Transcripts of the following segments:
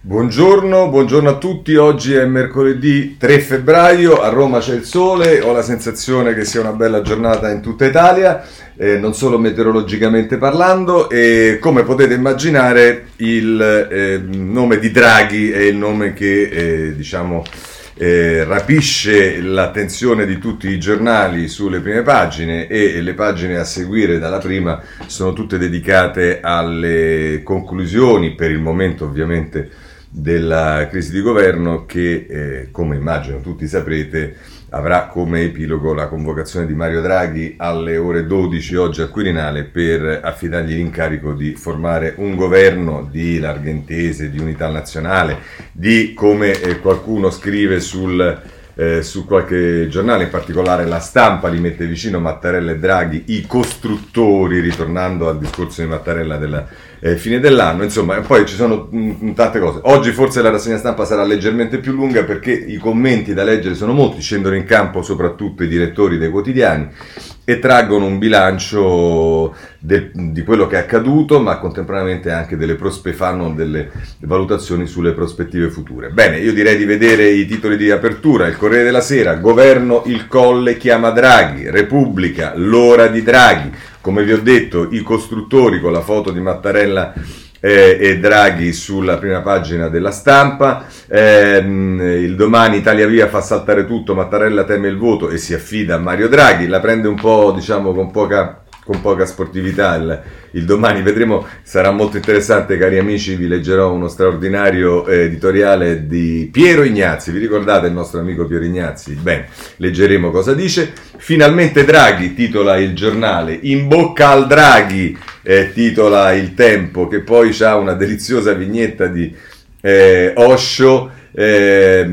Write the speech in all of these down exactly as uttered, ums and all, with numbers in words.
Buongiorno, buongiorno a tutti. Oggi è mercoledì tre febbraio, a Roma c'è il sole, ho la sensazione che sia una bella giornata in tutta Italia, eh, non solo meteorologicamente parlando, e come potete immaginare il eh, nome di Draghi è il nome che eh, diciamo eh, rapisce l'attenzione di tutti i giornali sulle prime pagine, e le pagine a seguire dalla prima sono tutte dedicate alle conclusioni, per il momento ovviamente, della crisi di governo che, eh, come immagino tutti saprete, avrà come epilogo la convocazione di Mario Draghi alle ore dodici oggi al Quirinale per affidargli l'incarico di formare un governo di larghe intese, di unità nazionale, di, come eh, qualcuno scrive sul, eh, su qualche giornale, in particolare La Stampa li mette vicino Mattarella e Draghi, i costruttori, ritornando al discorso di Mattarella della Eh, fine dell'anno. Insomma, poi ci sono mh, tante cose. Oggi forse la rassegna stampa sarà leggermente più lunga perché i commenti da leggere sono molti, scendono in campo soprattutto i direttori dei quotidiani e traggono un bilancio del, di quello che è accaduto, ma contemporaneamente anche delle prospe, fanno delle valutazioni sulle prospettive future. Bene, io direi di vedere i titoli di apertura. Il Corriere della Sera: governo, il Colle chiama Draghi. Repubblica: l'ora di Draghi. Come vi ho detto, i costruttori, con la foto di Mattarella eh, e Draghi sulla prima pagina della Stampa. Eh, il Domani: Italia Viva fa saltare tutto, Mattarella teme il voto e si affida a Mario Draghi. La prende un po', diciamo, con poca, con poca sportività il, il Domani. Vedremo, sarà molto interessante, cari amici. Vi leggerò uno straordinario eh, editoriale di Piero Ignazzi. Vi ricordate il nostro amico Piero Ignazzi? Bene, leggeremo cosa dice. Finalmente Draghi, titola il giornale. In bocca al Draghi, eh, titola il Tempo, che poi ha una deliziosa vignetta di eh, Osho, eh,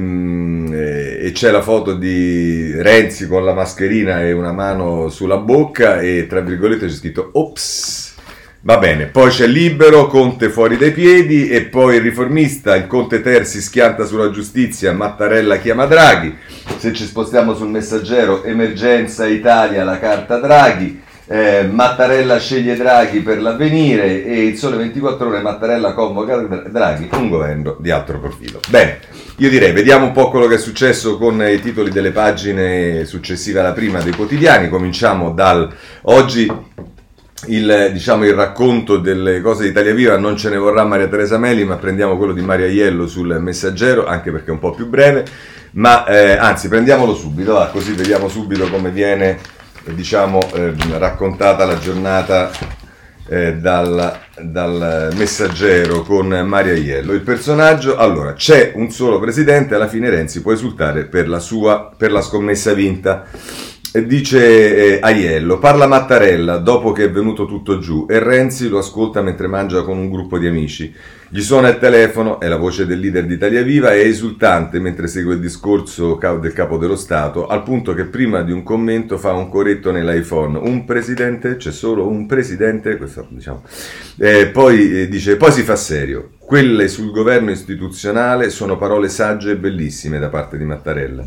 e c'è la foto di Renzi con la mascherina e una mano sulla bocca e tra virgolette c'è scritto ops. Va bene, poi c'è Libero, Conte fuori dai piedi, e poi il Riformista: il Conte Ter si schianta sulla giustizia, Mattarella chiama Draghi. Se ci spostiamo sul Messaggero: emergenza Italia, la carta Draghi. Eh, Mattarella sceglie Draghi per l'Avvenire, e il Sole ventiquattro Ore: Mattarella convoca Draghi, un governo di altro profilo. Bene, io direi vediamo un po' quello che è successo con i titoli delle pagine successive alla prima dei quotidiani. Cominciamo dal oggi. Il, diciamo, il racconto delle cose di Italia Viva, non ce ne vorrà Maria Teresa Meli, ma prendiamo quello di Maria Aiello sul Messaggero, anche perché è un po' più breve, ma eh, anzi prendiamolo subito, va, così vediamo subito come viene eh, diciamo eh, raccontata la giornata eh, dal, dal Messaggero con Maria Aiello. Il personaggio: allora, c'è un solo presidente, alla fine Renzi può esultare per la sua per la scommessa vinta. Dice eh, Aiello: parla Mattarella dopo che è venuto tutto giù e Renzi lo ascolta mentre mangia con un gruppo di amici. Gli suona il telefono, è la voce del leader di Italia Viva, è esultante mentre segue il discorso del capo dello Stato, al punto che prima di un commento fa un corretto nell'iPhone: un presidente, c'è solo un presidente, questo diciamo. Eh, poi eh, dice, poi si fa serio. Quelle sul governo istituzionale sono parole sagge e bellissime da parte di Mattarella.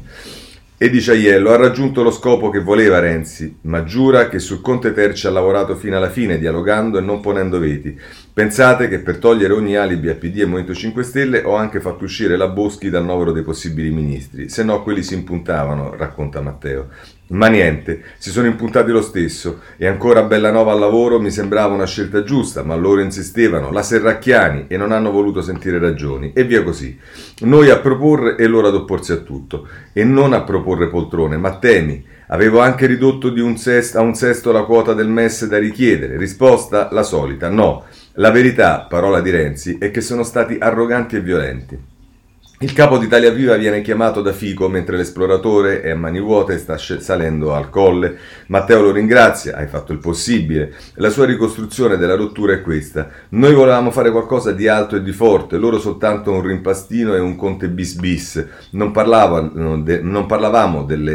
E dice Aiello: ha raggiunto lo scopo che voleva Renzi, ma giura che sul Conte Ter ci ha lavorato fino alla fine, dialogando e non ponendo veti. Pensate che per togliere ogni alibi a P D e Movimento cinque Stelle ho anche fatto uscire la Boschi dal novero dei possibili ministri, se no quelli si impuntavano, racconta Matteo. Ma niente, si sono impuntati lo stesso, e ancora Bellanova al lavoro mi sembrava una scelta giusta, ma loro insistevano, la Serracchiani, e non hanno voluto sentire ragioni, e via così. Noi a proporre e loro ad opporsi a tutto, e non a proporre poltrone, ma temi. Avevo anche ridotto di un sesto, a un sesto la quota del M E S da richiedere. Risposta la solita: no. La verità, parola di Renzi, è che sono stati arroganti e violenti. Il capo di Italia Viva viene chiamato da Fico mentre l'esploratore è a mani vuote e sta salendo al colle. Matteo lo ringrazia: hai fatto il possibile. La sua ricostruzione della rottura è questa: noi volevamo fare qualcosa di alto e di forte, loro soltanto un rimpastino e un Conte bis bis. Non, parlavano, non parlavamo delle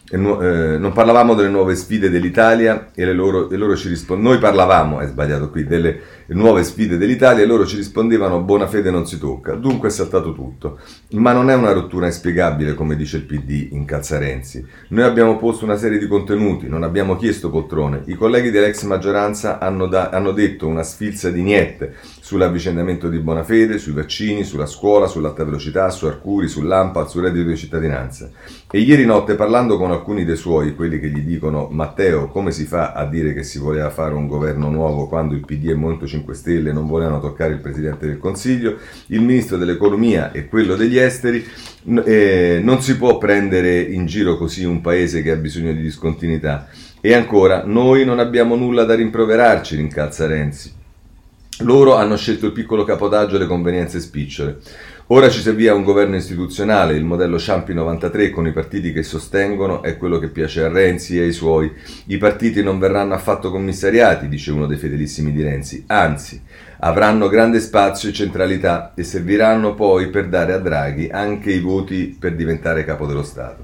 e nu- eh, non parlavamo delle nuove sfide dell'Italia e, le loro, e loro ci rispondevano, noi parlavamo, è sbagliato qui, delle nuove sfide dell'Italia e loro ci rispondevano buona fede non si tocca, dunque è saltato tutto. Ma non è una rottura inspiegabile come dice il P D, incalza Renzi. Noi abbiamo posto una serie di contenuti, non abbiamo chiesto poltrone, i colleghi dell'ex maggioranza hanno, da- hanno detto una sfilza di niente sull'avvicendamento di Bonafede, sui vaccini, sulla scuola, sull'alta velocità, su Arcuri, sull'A M P A, sul reddito di cittadinanza. E ieri notte parlando con alcuni dei suoi, quelli che gli dicono Matteo come si fa a dire che si voleva fare un governo nuovo quando il P D e Movimento cinque Stelle non volevano toccare il Presidente del Consiglio, il Ministro dell'Economia e quello degli Esteri, eh, non si può prendere in giro così un paese che ha bisogno di discontinuità. E ancora, noi non abbiamo nulla da rimproverarci, rincalza Renzi. Loro hanno scelto il piccolo cabotaggio e le convenienze spicciole. Ora ci si avvia un governo istituzionale, il modello Ciampi novantatré con i partiti che sostengono è quello che piace a Renzi e ai suoi. I partiti non verranno affatto commissariati, dice uno dei fedelissimi di Renzi, anzi avranno grande spazio e centralità e serviranno poi per dare a Draghi anche i voti per diventare capo dello Stato.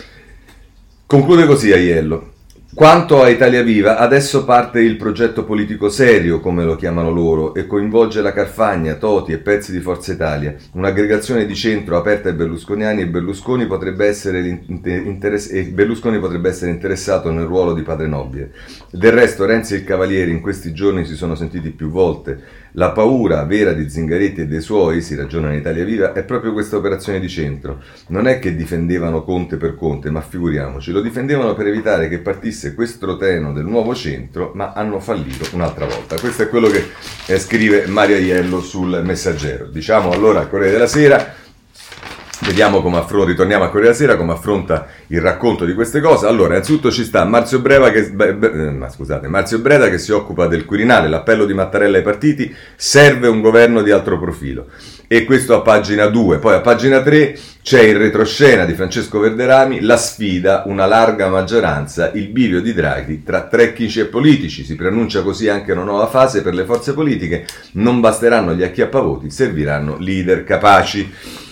Conclude così Aiello. Quanto a Italia Viva, adesso parte il progetto politico serio, come lo chiamano loro, e coinvolge la Carfagna, Toti e pezzi di Forza Italia, un'aggregazione di centro aperta ai berlusconiani e Berlusconi potrebbe essere, interess- e Berlusconi potrebbe essere interessato nel ruolo di padre nobile. Del resto Renzi e il Cavaliere in questi giorni si sono sentiti più volte. La paura vera di Zingaretti e dei suoi, si ragiona in Italia Viva, è proprio questa operazione di centro. Non è che difendevano Conte per Conte, ma figuriamoci, lo difendevano per evitare che partisse questo treno del nuovo centro, ma hanno fallito un'altra volta. Questo è quello che eh, scrive Mario Aiello sul Messaggero. Diciamo allora al Corriere della Sera. Vediamo come affronta, ritorniamo a Corriere della Sera, come affronta il racconto di queste cose. Allora, innanzitutto ci sta Marzio Breva che, beh, beh, ma scusate, Marzio Breda che si occupa del Quirinale, l'appello di Mattarella ai partiti, serve un governo di altro profilo. E questo a pagina due. Poi a pagina tre c'è il retroscena di Francesco Verderami, la sfida, una larga maggioranza, il bivio di Draghi tra tecnici e politici. Si preannuncia così anche una nuova fase per le forze politiche. Non basteranno gli acchiappavoti, serviranno leader capaci.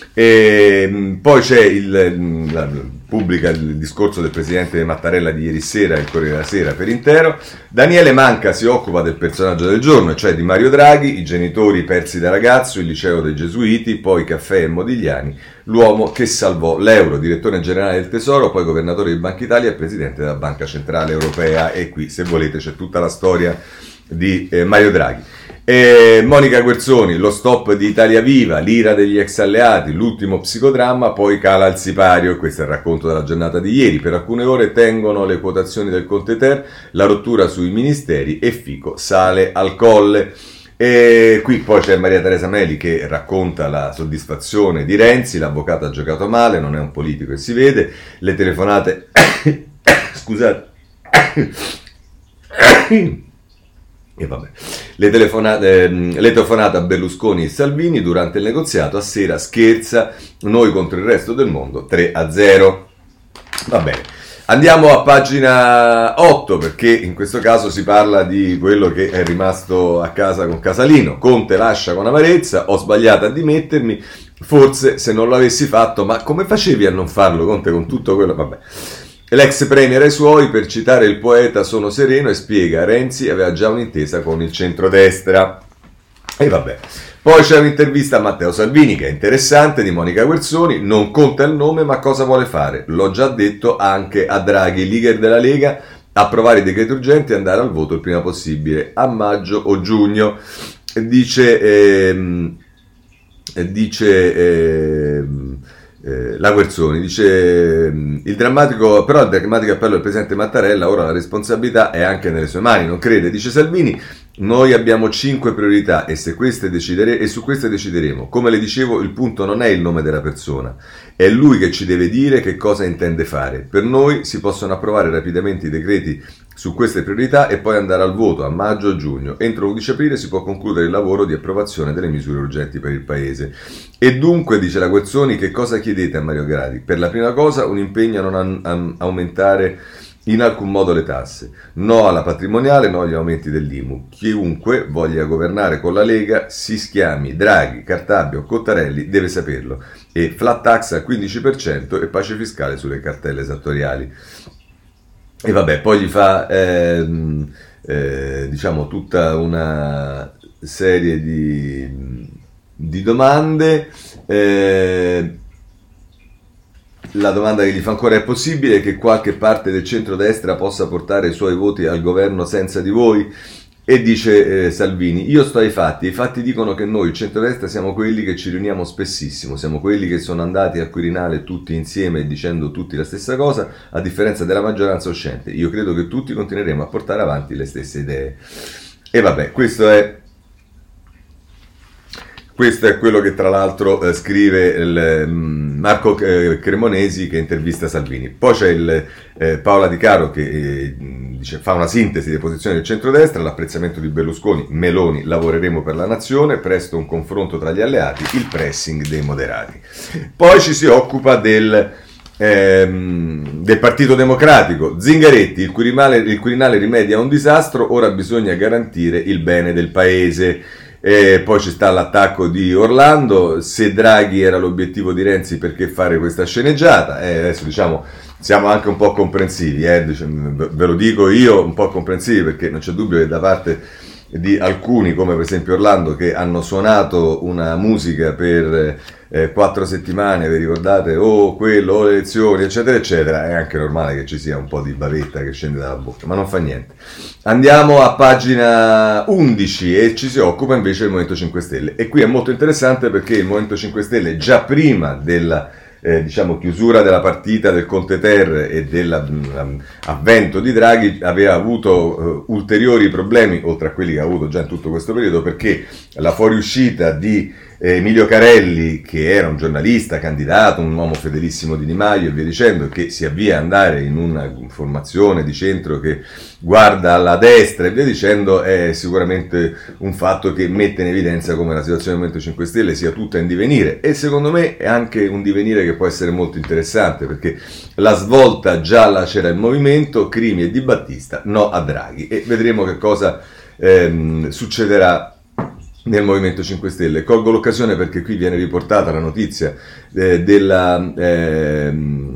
E poi c'è il, la, pubblica il discorso del presidente Mattarella di ieri sera, il Corriere della Sera per intero. Daniele Manca si occupa del personaggio del giorno, cioè di Mario Draghi, i genitori persi da ragazzo, il liceo dei Gesuiti, poi Caffè e Modigliani, l'uomo che salvò l'euro, direttore generale del Tesoro, poi governatore di Banca Italia e presidente della Banca Centrale Europea. E qui, se volete, c'è tutta la storia di eh, Mario Draghi. E Monica Guerzoni, lo stop di Italia Viva, l'ira degli ex alleati, l'ultimo psicodramma, poi cala il sipario, questo è il racconto della giornata di ieri, per alcune ore tengono le quotazioni del Conte Ter, la rottura sui ministeri e Fico sale al colle. E qui poi c'è Maria Teresa Meli che racconta la soddisfazione di Renzi, l'avvocato ha giocato male, non è un politico e si vede, le telefonate, scusate, E vabbè. Le, telefonate, le telefonate a Berlusconi e Salvini durante il negoziato, a sera scherza, noi contro il resto del mondo, tre a zero. Va bene. Andiamo a pagina otto, perché in questo caso si parla di quello che è rimasto a casa con Casalino. Conte lascia con amarezza, ho sbagliato a dimettermi, forse se non l'avessi fatto, ma come facevi a non farlo, Conte, con tutto quello? Vabbè. L'ex premier ai suoi, per citare il poeta, sono sereno e spiega, Renzi aveva già un'intesa con il centrodestra. E vabbè. Poi c'è un'intervista a Matteo Salvini che è interessante, di Monica Guerzoni, non conta il nome ma cosa vuole fare. L'ho già detto anche a Draghi, leader della Lega, approvare i decreti urgenti e andare al voto il prima possibile, a maggio o giugno. Dice... Ehm, dice... Ehm, Eh, la Guerzoni dice il drammatico però il drammatico appello del presidente Mattarella, ora la responsabilità è anche nelle sue mani, non crede? Dice Salvini, noi abbiamo cinque priorità e, se queste decidere, e su queste decideremo. Come le dicevo, il punto non è il nome della persona, è lui che ci deve dire che cosa intende fare. Per noi si possono approvare rapidamente i decreti su queste priorità e poi andare al voto a maggio o giugno. Entro l'undici aprile si può concludere il lavoro di approvazione delle misure urgenti per il Paese. E dunque, dice la Guerzoni, che cosa chiedete a Mario Draghi? Per la prima cosa un impegno a non an- an- aumentare in alcun modo le tasse, no alla patrimoniale, no agli aumenti dell'I M U. Chiunque voglia governare con la Lega, si chiami Draghi, Cartabia o Cottarelli, deve saperlo. E flat tax al quindici per cento e pace fiscale sulle cartelle esattoriali. E vabbè, poi gli fa ehm, eh, diciamo tutta una serie di, di domande. Eh, la domanda che gli fa ancora: è possibile che qualche parte del centrodestra possa portare i suoi voti al governo senza di voi? E dice eh, Salvini: io sto ai fatti, i fatti dicono che noi il centrodestra siamo quelli che ci riuniamo spessissimo, siamo quelli che sono andati al Quirinale tutti insieme dicendo tutti la stessa cosa, a differenza della maggioranza uscente. Io credo che tutti continueremo a portare avanti le stesse idee. E vabbè, questo è Questo è quello che tra l'altro eh, scrive il, um, Marco eh, Cremonesi, che intervista Salvini. Poi c'è il, eh, Paola Di Caro che eh, dice, fa una sintesi delle posizioni del centrodestra: l'apprezzamento di Berlusconi, Meloni, lavoreremo per la nazione, presto un confronto tra gli alleati, il pressing dei moderati. Poi ci si occupa del, ehm, del Partito Democratico. Zingaretti: il Quirinale, il Quirinale rimedia a un disastro, ora bisogna garantire il bene del paese. E poi ci sta l'attacco di Orlando: se Draghi era l'obiettivo di Renzi, perché fare questa sceneggiata? E adesso diciamo siamo anche un po' comprensivi, eh? Ve lo dico io, un po' comprensivi, perché non c'è dubbio che da parte di alcuni, come per esempio Orlando, che hanno suonato una musica per eh, quattro settimane, vi ricordate, o oh, quello, o le elezioni, eccetera eccetera, è anche normale che ci sia un po' di bavetta che scende dalla bocca, ma non fa niente. Andiamo a pagina undici e ci si occupa invece del Movimento cinque Stelle, e qui è molto interessante perché il Movimento cinque Stelle, già prima della Eh, diciamo chiusura della partita del Conte Ter e dell'avvento di Draghi, aveva avuto eh, ulteriori problemi, oltre a quelli che ha avuto già in tutto questo periodo, perché la fuoriuscita di eh, Emilio Carelli, che era un giornalista, candidato, un uomo fedelissimo di Di Maio e via dicendo, che si avvia ad andare in una formazione di centro che guarda alla destra e via dicendo, è sicuramente un fatto che mette in evidenza come la situazione del Movimento cinque Stelle sia tutta in divenire, e secondo me è anche un divenire che può essere molto interessante, perché la svolta gialla c'era il movimento, Crimi e Di Battista no a Draghi, e vedremo che cosa ehm, succederà nel Movimento cinque Stelle. Colgo l'occasione perché qui viene riportata la notizia eh, della, eh,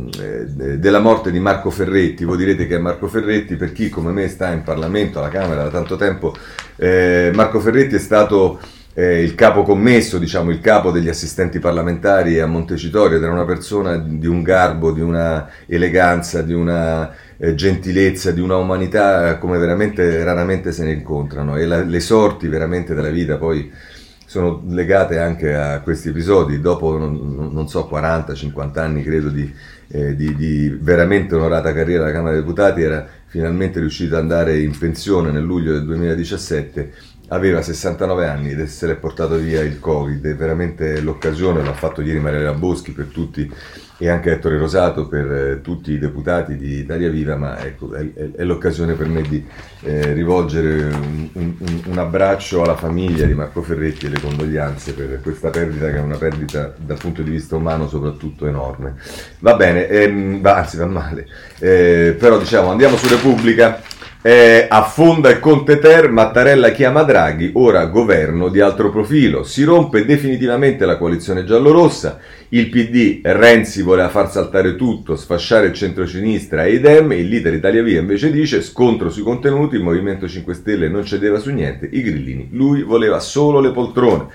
della morte di Marco Ferretti. Voi direte che è Marco Ferretti, per chi come me sta in Parlamento, alla Camera da tanto tempo. eh, Marco Ferretti è stato eh, il capo commesso, diciamo il capo degli assistenti parlamentari a Montecitorio, ed era una persona di un garbo, di una eleganza, di una Eh, gentilezza, di una umanità come veramente raramente se ne incontrano, e la, le sorti veramente della vita poi sono legate anche a questi episodi. Dopo non, non so quaranta cinquanta anni credo di, eh, di, di veramente onorata carriera alla Camera dei Deputati, era finalmente riuscito ad andare in pensione nel luglio del duemiladiciassette. Aveva sessantanove anni ed se l'è portato via il Covid. È veramente l'occasione, l'ha fatto ieri Mariella Boschi per tutti, e anche Ettore Rosato per eh, tutti i deputati di Italia Viva, ma ecco, è, è, è l'occasione per me di eh, rivolgere un, un, un abbraccio alla famiglia di Marco Ferretti e le condoglianze per questa perdita, che è una perdita dal punto di vista umano soprattutto enorme. Va bene, ehm, va, anzi va male, eh, però diciamo andiamo su Repubblica. Eh, affonda il Conte Ter, Mattarella chiama Draghi, ora governo di altro profilo, si rompe definitivamente la coalizione giallorossa, il P D, Renzi voleva far saltare tutto, sfasciare il centrosinistra e i Dem, il leader Italia Via invece dice scontro sui contenuti, il Movimento cinque Stelle non cedeva su niente, i grillini, lui voleva solo le poltrone.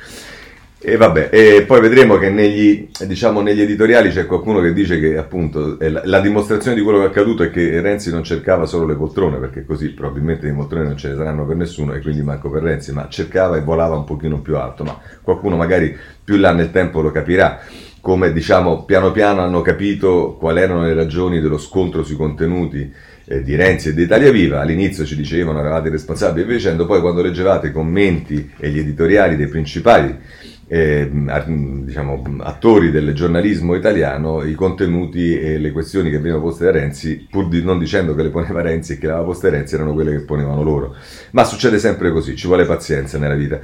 E vabbè, e poi vedremo che negli, diciamo, negli editoriali c'è qualcuno che dice che appunto la, la dimostrazione di quello che è accaduto è che Renzi non cercava solo le poltrone, perché così probabilmente le poltrone non ce ne saranno per nessuno e quindi manco per Renzi, ma cercava e volava un pochino più alto. Ma qualcuno magari più là nel tempo lo capirà, come diciamo piano piano hanno capito quali erano le ragioni dello scontro sui contenuti eh, di Renzi e di Italia Viva. All'inizio ci dicevano eravate responsabili e via dicendo, poi quando leggevate i commenti e gli editoriali dei principali eh, diciamo, attori del giornalismo italiano i contenuti e le questioni che venivano poste da Renzi, pur di, non dicendo che le poneva Renzi e che le aveva poste Renzi, erano quelle che ponevano loro. Ma succede sempre così, ci vuole pazienza nella vita.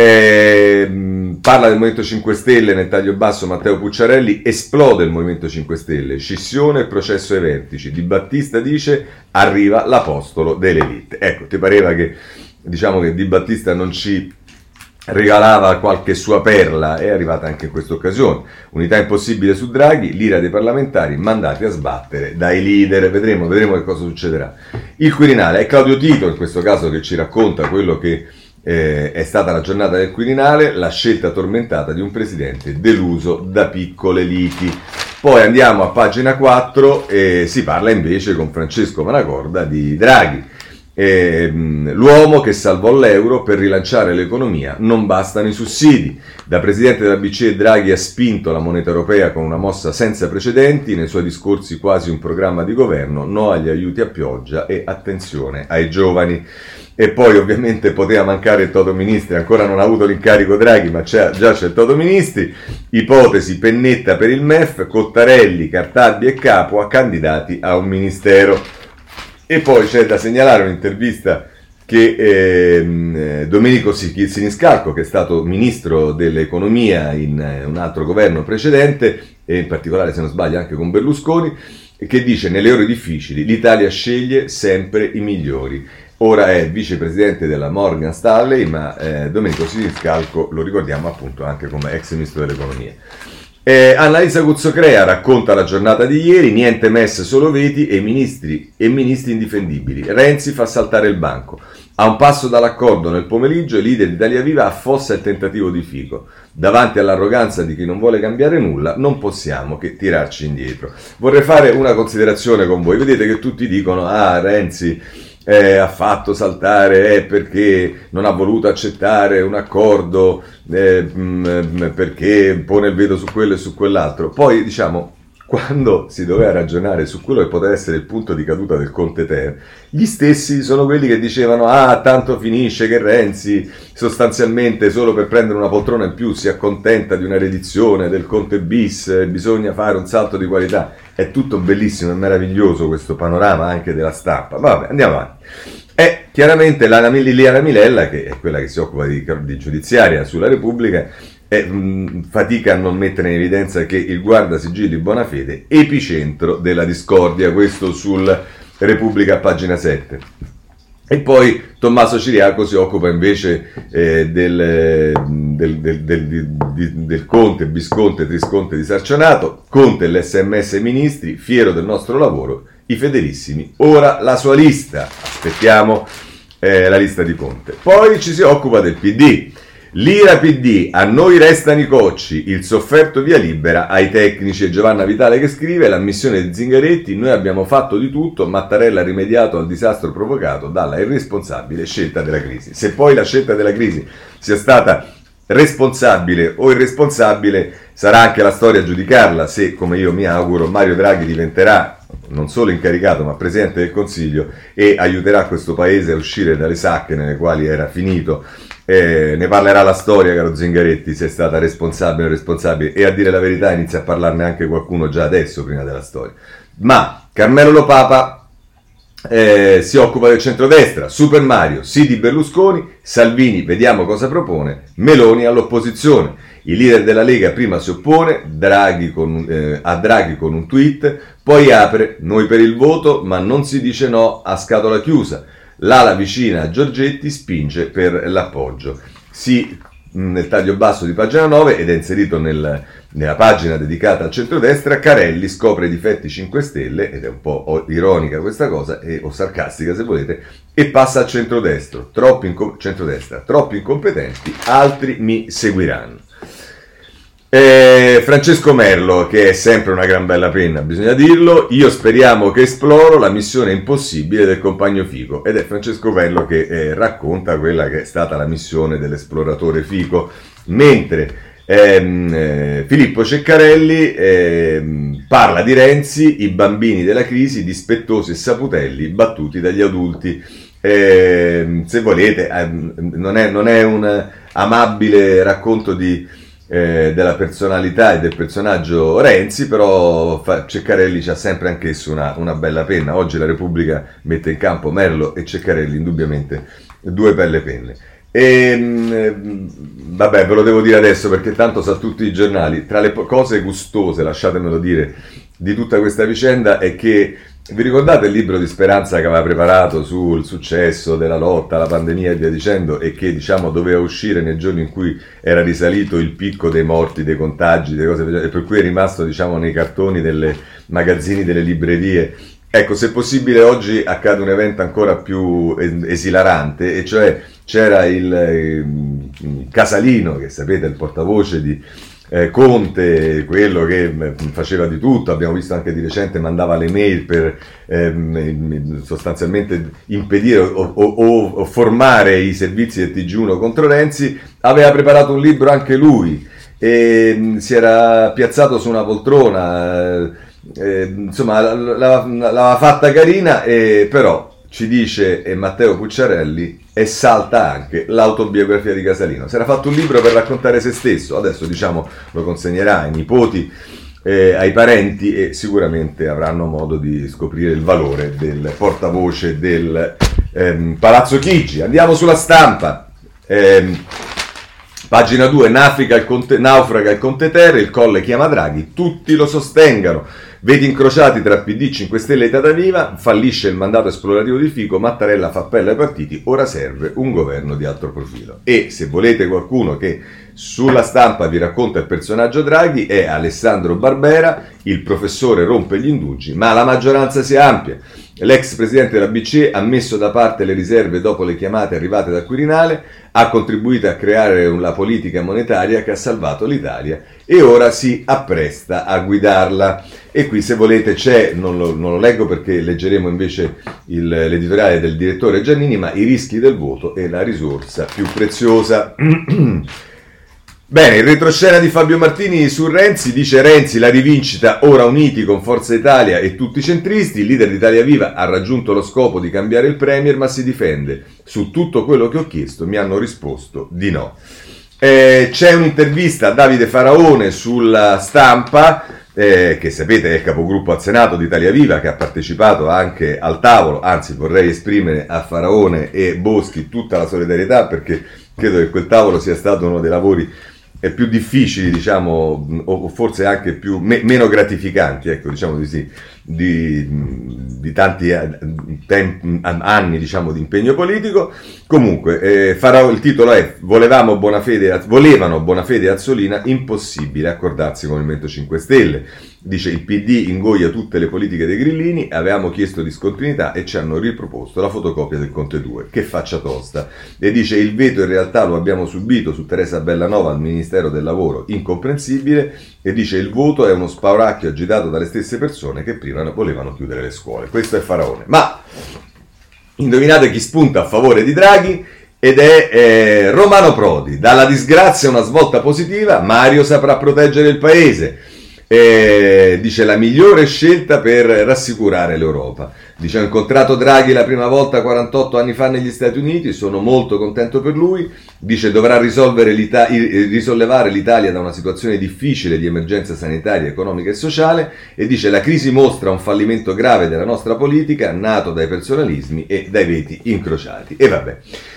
Eh, parla del Movimento cinque Stelle nel taglio basso Matteo Pucciarelli, esplode il Movimento cinque Stelle, scissione e processo ai vertici. Di Battista dice arriva l'apostolo dell'elite. Ecco, ti pareva che diciamo che Di Battista non ci regalava qualche sua perla, è arrivata anche in questa occasione. Unità impossibile su Draghi, l'ira dei parlamentari mandati a sbattere dai leader. Vedremo, vedremo che cosa succederà. Il Quirinale, è Claudio Tito in questo caso che ci racconta quello che eh, è stata la giornata del Quirinale, la scelta tormentata di un presidente deluso da piccole liti. Poi andiamo a pagina quattro e si parla invece con Francesco Manacorda di Draghi. Eh, l'uomo che salvò l'euro, per rilanciare l'economia non bastano i sussidi. Da presidente della B C E Draghi ha spinto la moneta europea con una mossa senza precedenti, nei suoi discorsi quasi un programma di governo, no agli aiuti a pioggia e attenzione ai giovani. E poi ovviamente poteva mancare il Toto Ministri, ancora non ha avuto l'incarico Draghi, ma c'è, già c'è il Toto Ministri. Ipotesi Pennetta per il M E F, Cottarelli, Cartabia e Capo a candidati a un ministero. E poi c'è da segnalare un'intervista che eh, Domenico Siniscalco, che è stato ministro dell'economia in eh, un altro governo precedente, e in particolare se non sbaglio anche con Berlusconi, che dice: nelle ore difficili l'Italia sceglie sempre i migliori. Ora è vicepresidente della Morgan Stanley, ma eh, Domenico Siniscalco lo ricordiamo appunto anche come ex ministro dell'economia. Eh, Annalisa Cuzzocrea racconta la giornata di ieri, niente messe, solo veti e ministri e ministri indifendibili. Renzi fa saltare il banco. A un passo dall'accordo nel pomeriggio, il leader di Italia Viva affossa il tentativo di Fico. Davanti all'arroganza di chi non vuole cambiare nulla, non possiamo che tirarci indietro. Vorrei fare una considerazione con voi. Vedete che tutti dicono, ah, Renzi Eh, ha fatto saltare eh, perché non ha voluto accettare un accordo, eh, mh, perché pone il veto su quello e su quell'altro. Poi, diciamo, quando si doveva ragionare su quello che poteva essere il punto di caduta del Conte Ter, gli stessi sono quelli che dicevano ah, tanto finisce che Renzi sostanzialmente solo per prendere una poltrona in più si accontenta di una riedizione del Conte bis, eh, bisogna fare un salto di qualità. È tutto bellissimo e meraviglioso questo panorama anche della stampa. Vabbè, andiamo avanti. E chiaramente Liliana Milella, che è quella che si occupa di, di giudiziaria sulla Repubblica, è, mh, fatica a non mettere in evidenza che il guardasigilli Bonafede, epicentro della discordia, questo sul Repubblica a pagina sette. E poi Tommaso Ciriaco si occupa invece eh, del, del, del, del, del, del Conte, Bisconte, Trisconte di Sarcionato, Conte e l'esse emme esse ai ministri, fiero del nostro lavoro, i fedelissimi, ora la sua lista, aspettiamo eh, la lista di Conte. Poi ci si occupa del P D. L'ira P D, a noi restano i cocci, il sofferto via libera ai tecnici. E Giovanna Vitale che scrive, l'ammissione di Zingaretti, noi abbiamo fatto di tutto, Mattarella ha rimediato al disastro provocato dalla irresponsabile scelta della crisi. Se poi la scelta della crisi sia stata responsabile o irresponsabile, sarà anche la storia a giudicarla, se, come io mi auguro, Mario Draghi diventerà non solo incaricato ma Presidente del Consiglio e aiuterà questo Paese a uscire dalle sacche nelle quali era finito. Eh, ne parlerà la storia, caro Zingaretti, se è stata responsabile o responsabile, e a dire la verità inizia a parlarne anche qualcuno già adesso prima della storia. Ma Carmelo Lo Papa eh, si occupa del centrodestra, Super Mario, sì di Berlusconi, Salvini vediamo cosa propone, Meloni all'opposizione. Il leader della Lega prima si oppone Draghi con, eh, a Draghi con un tweet, poi apre noi per il voto ma non si dice no a scatola chiusa. L'ala vicina a Giorgetti spinge per l'appoggio. Sì, nel taglio basso di pagina nove ed è inserito nel, nella pagina dedicata al centrodestra, Carelli scopre i difetti cinque Stelle, ed è un po' ironica questa cosa, e, o sarcastica se volete, e passa al centrodestra, troppi, inco- centrodestra, troppi incompetenti, altri mi seguiranno. Eh, Francesco Merlo, che è sempre una gran bella penna, bisogna dirlo, io speriamo che esploro la missione impossibile del compagno Fico, ed è Francesco Merlo che eh, racconta quella che è stata la missione dell'esploratore Fico, mentre ehm, eh, Filippo Ceccarelli ehm, parla di Renzi, i bambini della crisi, dispettosi e saputelli battuti dagli adulti. Eh, se volete, ehm, non è, non è un amabile racconto di eh, della personalità e del personaggio Renzi, però fa, Ceccarelli c'ha sempre anch'esso una, una bella penna. Oggi la Repubblica mette in campo Merlo e Ceccarelli, indubbiamente due belle penne. E vabbè, ve lo devo dire adesso perché tanto sa tutti i giornali. Tra le cose gustose, lasciatemelo dire, di tutta questa vicenda è che, vi ricordate il libro di Speranza che aveva preparato sul successo della lotta alla pandemia e via dicendo, e che diciamo doveva uscire nel giorno in cui era risalito il picco dei morti, dei contagi, delle cose, e per cui è rimasto diciamo nei cartoni delle magazzini, delle librerie. Ecco, se possibile oggi accade un evento ancora più esilarante, e cioè c'era il, il Casalino, che sapete è il portavoce di eh, Conte, quello che faceva di tutto, abbiamo visto anche di recente mandava le mail per ehm, sostanzialmente impedire o, o, o formare i servizi del T G uno contro Renzi, aveva preparato un libro anche lui e si era piazzato su una poltrona. Eh, insomma l'aveva fatta carina, eh, però ci dice eh, Matteo Pucciarelli, e salta anche l'autobiografia di Casalino. Si era fatto un libro per raccontare se stesso, adesso diciamo lo consegnerà ai nipoti, eh, ai parenti, e sicuramente avranno modo di scoprire il valore del portavoce del ehm, Palazzo Chigi. Andiamo sulla Stampa. ehm, Pagina due, naufraga il Conte, naufraga il Conte Terre, il Colle chiama Draghi, tutti lo sostengano. Veti incrociati tra P D, cinque Stelle e Italia Viva, fallisce il mandato esplorativo di Fico, Mattarella fa appello ai partiti, ora serve un governo di alto profilo. E se volete qualcuno che sulla Stampa vi racconta il personaggio Draghi è Alessandro Barbera, il professore rompe gli indugi, ma la maggioranza si amplia. L'ex presidente della B C E ha messo da parte le riserve dopo le chiamate arrivate dal Quirinale, ha contribuito a creare una politica monetaria che ha salvato l'Italia e ora si appresta a guidarla. E qui, se volete, c'è, non lo, non lo leggo perché leggeremo invece il, l'editoriale del direttore Giannini, ma i rischi del voto e la risorsa più preziosa. Bene, il retroscena di Fabio Martini su Renzi, dice Renzi la rivincita, ora uniti con Forza Italia e tutti i centristi, il leader di Italia Viva ha raggiunto lo scopo di cambiare il premier ma si difende, su tutto quello che ho chiesto mi hanno risposto di no. Eh, c'è un'intervista a Davide Faraone sulla Stampa, eh, che sapete è il capogruppo al Senato di Italia Viva, che ha partecipato anche al tavolo, anzi vorrei esprimere a Faraone e Boschi tutta la solidarietà perché credo che quel tavolo sia stato uno dei lavori è più difficili, diciamo, o forse anche più, me, meno gratificanti, ecco, diciamo di sì, di, di tanti temp, anni, diciamo, di impegno politico. Comunque, eh, farò, il titolo è Volevamo Bonafede, volevano Bonafede e Azzolina, impossibile accordarsi con il Movimento cinque Stelle. Dice il P D ingoia tutte le politiche dei grillini, avevamo chiesto discontinuità e ci hanno riproposto la fotocopia del Conte due, che faccia tosta. E dice il veto in realtà lo abbiamo subito su Teresa Bellanova al Ministero del Lavoro, incomprensibile, e dice il voto è uno spauracchio agitato dalle stesse persone che prima volevano chiudere le scuole. Questo è Faraone. Ma indovinate chi spunta a favore di Draghi? Ed è eh, Romano Prodi. Dalla disgrazia una svolta positiva, Mario saprà proteggere il paese. Eh, dice la migliore scelta per rassicurare l'Europa. Dice ho incontrato Draghi la prima volta quarantotto anni fa negli Stati Uniti, sono molto contento per lui. Dice dovrà risolvere l'Ita- risollevare l'Italia da una situazione difficile di emergenza sanitaria, economica e sociale, e dice la crisi mostra un fallimento grave della nostra politica nato dai personalismi e dai veti incrociati. E vabbè.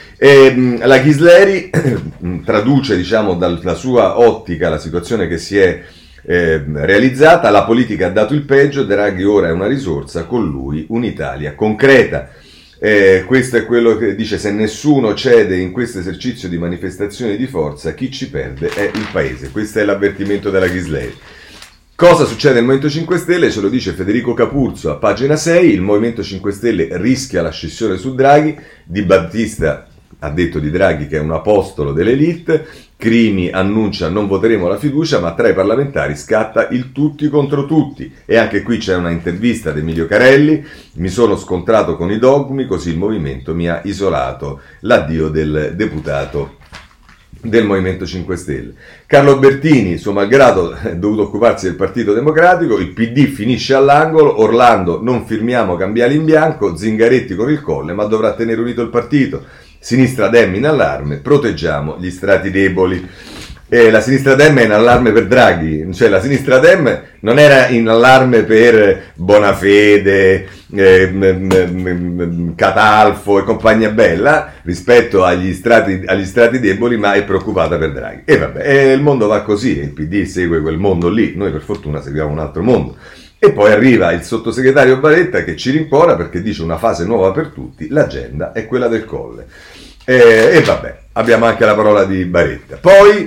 E, la Ghisleri traduce, diciamo, dalla sua ottica la situazione che si è Eh, realizzata, la politica ha dato il peggio, Draghi ora è una risorsa, con lui un'Italia concreta. Eh, questo è quello che dice, se nessuno cede in questo esercizio di manifestazione di forza, chi ci perde è il paese. Questo è l'avvertimento della Ghisleri. Cosa succede al Movimento cinque Stelle? Ce lo dice Federico Capurzo a pagina sei, il Movimento cinque Stelle rischia la scissione su Draghi, Di Battista ha detto di Draghi che è un apostolo dell'elite, Crimi annuncia non voteremo la fiducia, ma tra i parlamentari scatta il tutti contro tutti. E anche qui c'è una intervista ad Emilio Carelli, mi sono scontrato con i dogmi, così il movimento mi ha isolato, l'addio del deputato del Movimento cinque Stelle. Carlo Bertini, suo malgrado, è dovuto occuparsi del Partito Democratico, il P D finisce all'angolo, Orlando non firmiamo cambiali in bianco, Zingaretti con il Colle, ma dovrà tenere unito il partito. Sinistra Demmi in allarme, proteggiamo gli strati deboli. Eh, la sinistra Dem è in allarme per Draghi, cioè la sinistra Dem non era in allarme per Bonafede, eh, m- m- m- Catalfo e compagnia bella rispetto agli strati, agli strati deboli, ma è preoccupata per Draghi. E vabbè, eh, il mondo va così, il P D segue quel mondo lì, noi per fortuna seguiamo un altro mondo. E poi arriva il sottosegretario Baretta che ci rimpora perché dice una fase nuova per tutti, l'agenda è quella del Colle. Eh, e vabbè, abbiamo anche la parola di Baretta. Poi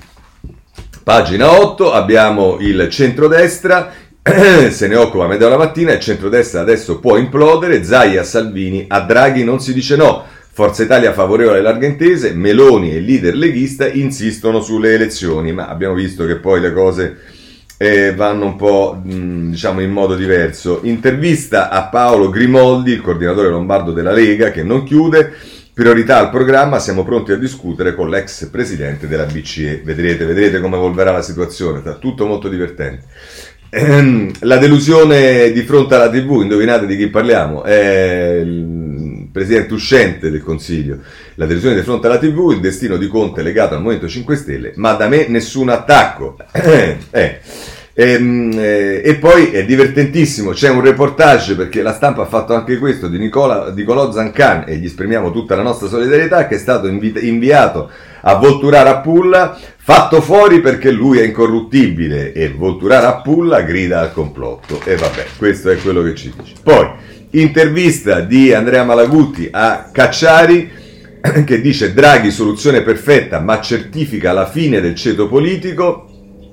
pagina otto, abbiamo il centrodestra, se ne occupa a metà della mattina, il centrodestra adesso può implodere, Zaia, Salvini, a Draghi non si dice no, Forza Italia favorevole alle larghe intese, Meloni e il leader leghista insistono sulle elezioni, ma abbiamo visto che poi le cose eh, vanno un po' mh, diciamo in modo diverso. Intervista a Paolo Grimoldi, il coordinatore lombardo della Lega, che non chiude. Priorità al programma, siamo pronti a discutere con l'ex presidente della B C E. Vedrete, vedrete come evolverà la situazione, sarà tutto molto divertente. Ehm, la delusione di fronte alla tivù, indovinate di chi parliamo? È il presidente uscente del Consiglio. La delusione di fronte alla tivù, il destino di Conte legato al Movimento cinque Stelle, ma da me nessun attacco. eh. E, eh, e poi è divertentissimo, c'è un reportage, perché la Stampa ha fatto anche questo, di Nicola, Nicolò Zancan, e gli esprimiamo tutta la nostra solidarietà, che è stato invita- inviato a Volturara a Pulla, fatto fuori perché lui è incorruttibile, e Volturara a Pulla grida al complotto. E vabbè, questo è quello che ci dice. Poi intervista di Andrea Malaguti a Cacciari, che dice Draghi soluzione perfetta ma certifica la fine del ceto politico.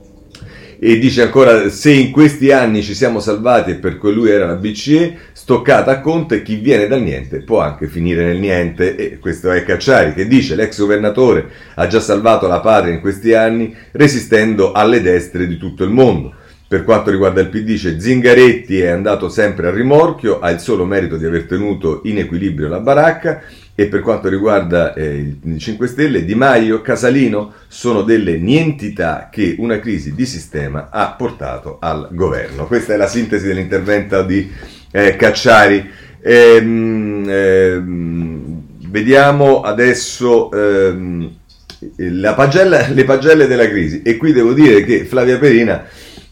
E dice ancora, se in questi anni ci siamo salvati e per cui lui era la B C E, stoccata a Conte, chi viene dal niente può anche finire nel niente. E questo è Cacciari che dice, l'ex governatore ha già salvato la patria in questi anni resistendo alle destre di tutto il mondo. Per quanto riguarda il P D, dice Zingaretti è andato sempre a rimorchio, ha il solo merito di aver tenuto in equilibrio la baracca. E per quanto riguarda eh, i cinque Stelle, Di Maio, Casalino sono delle nientità che una crisi di sistema ha portato al governo. Questa è la sintesi dell'intervento di eh, Cacciari. Ehm, ehm, vediamo adesso ehm, la pagella, le pagelle della crisi. E qui devo dire che Flavia Perina,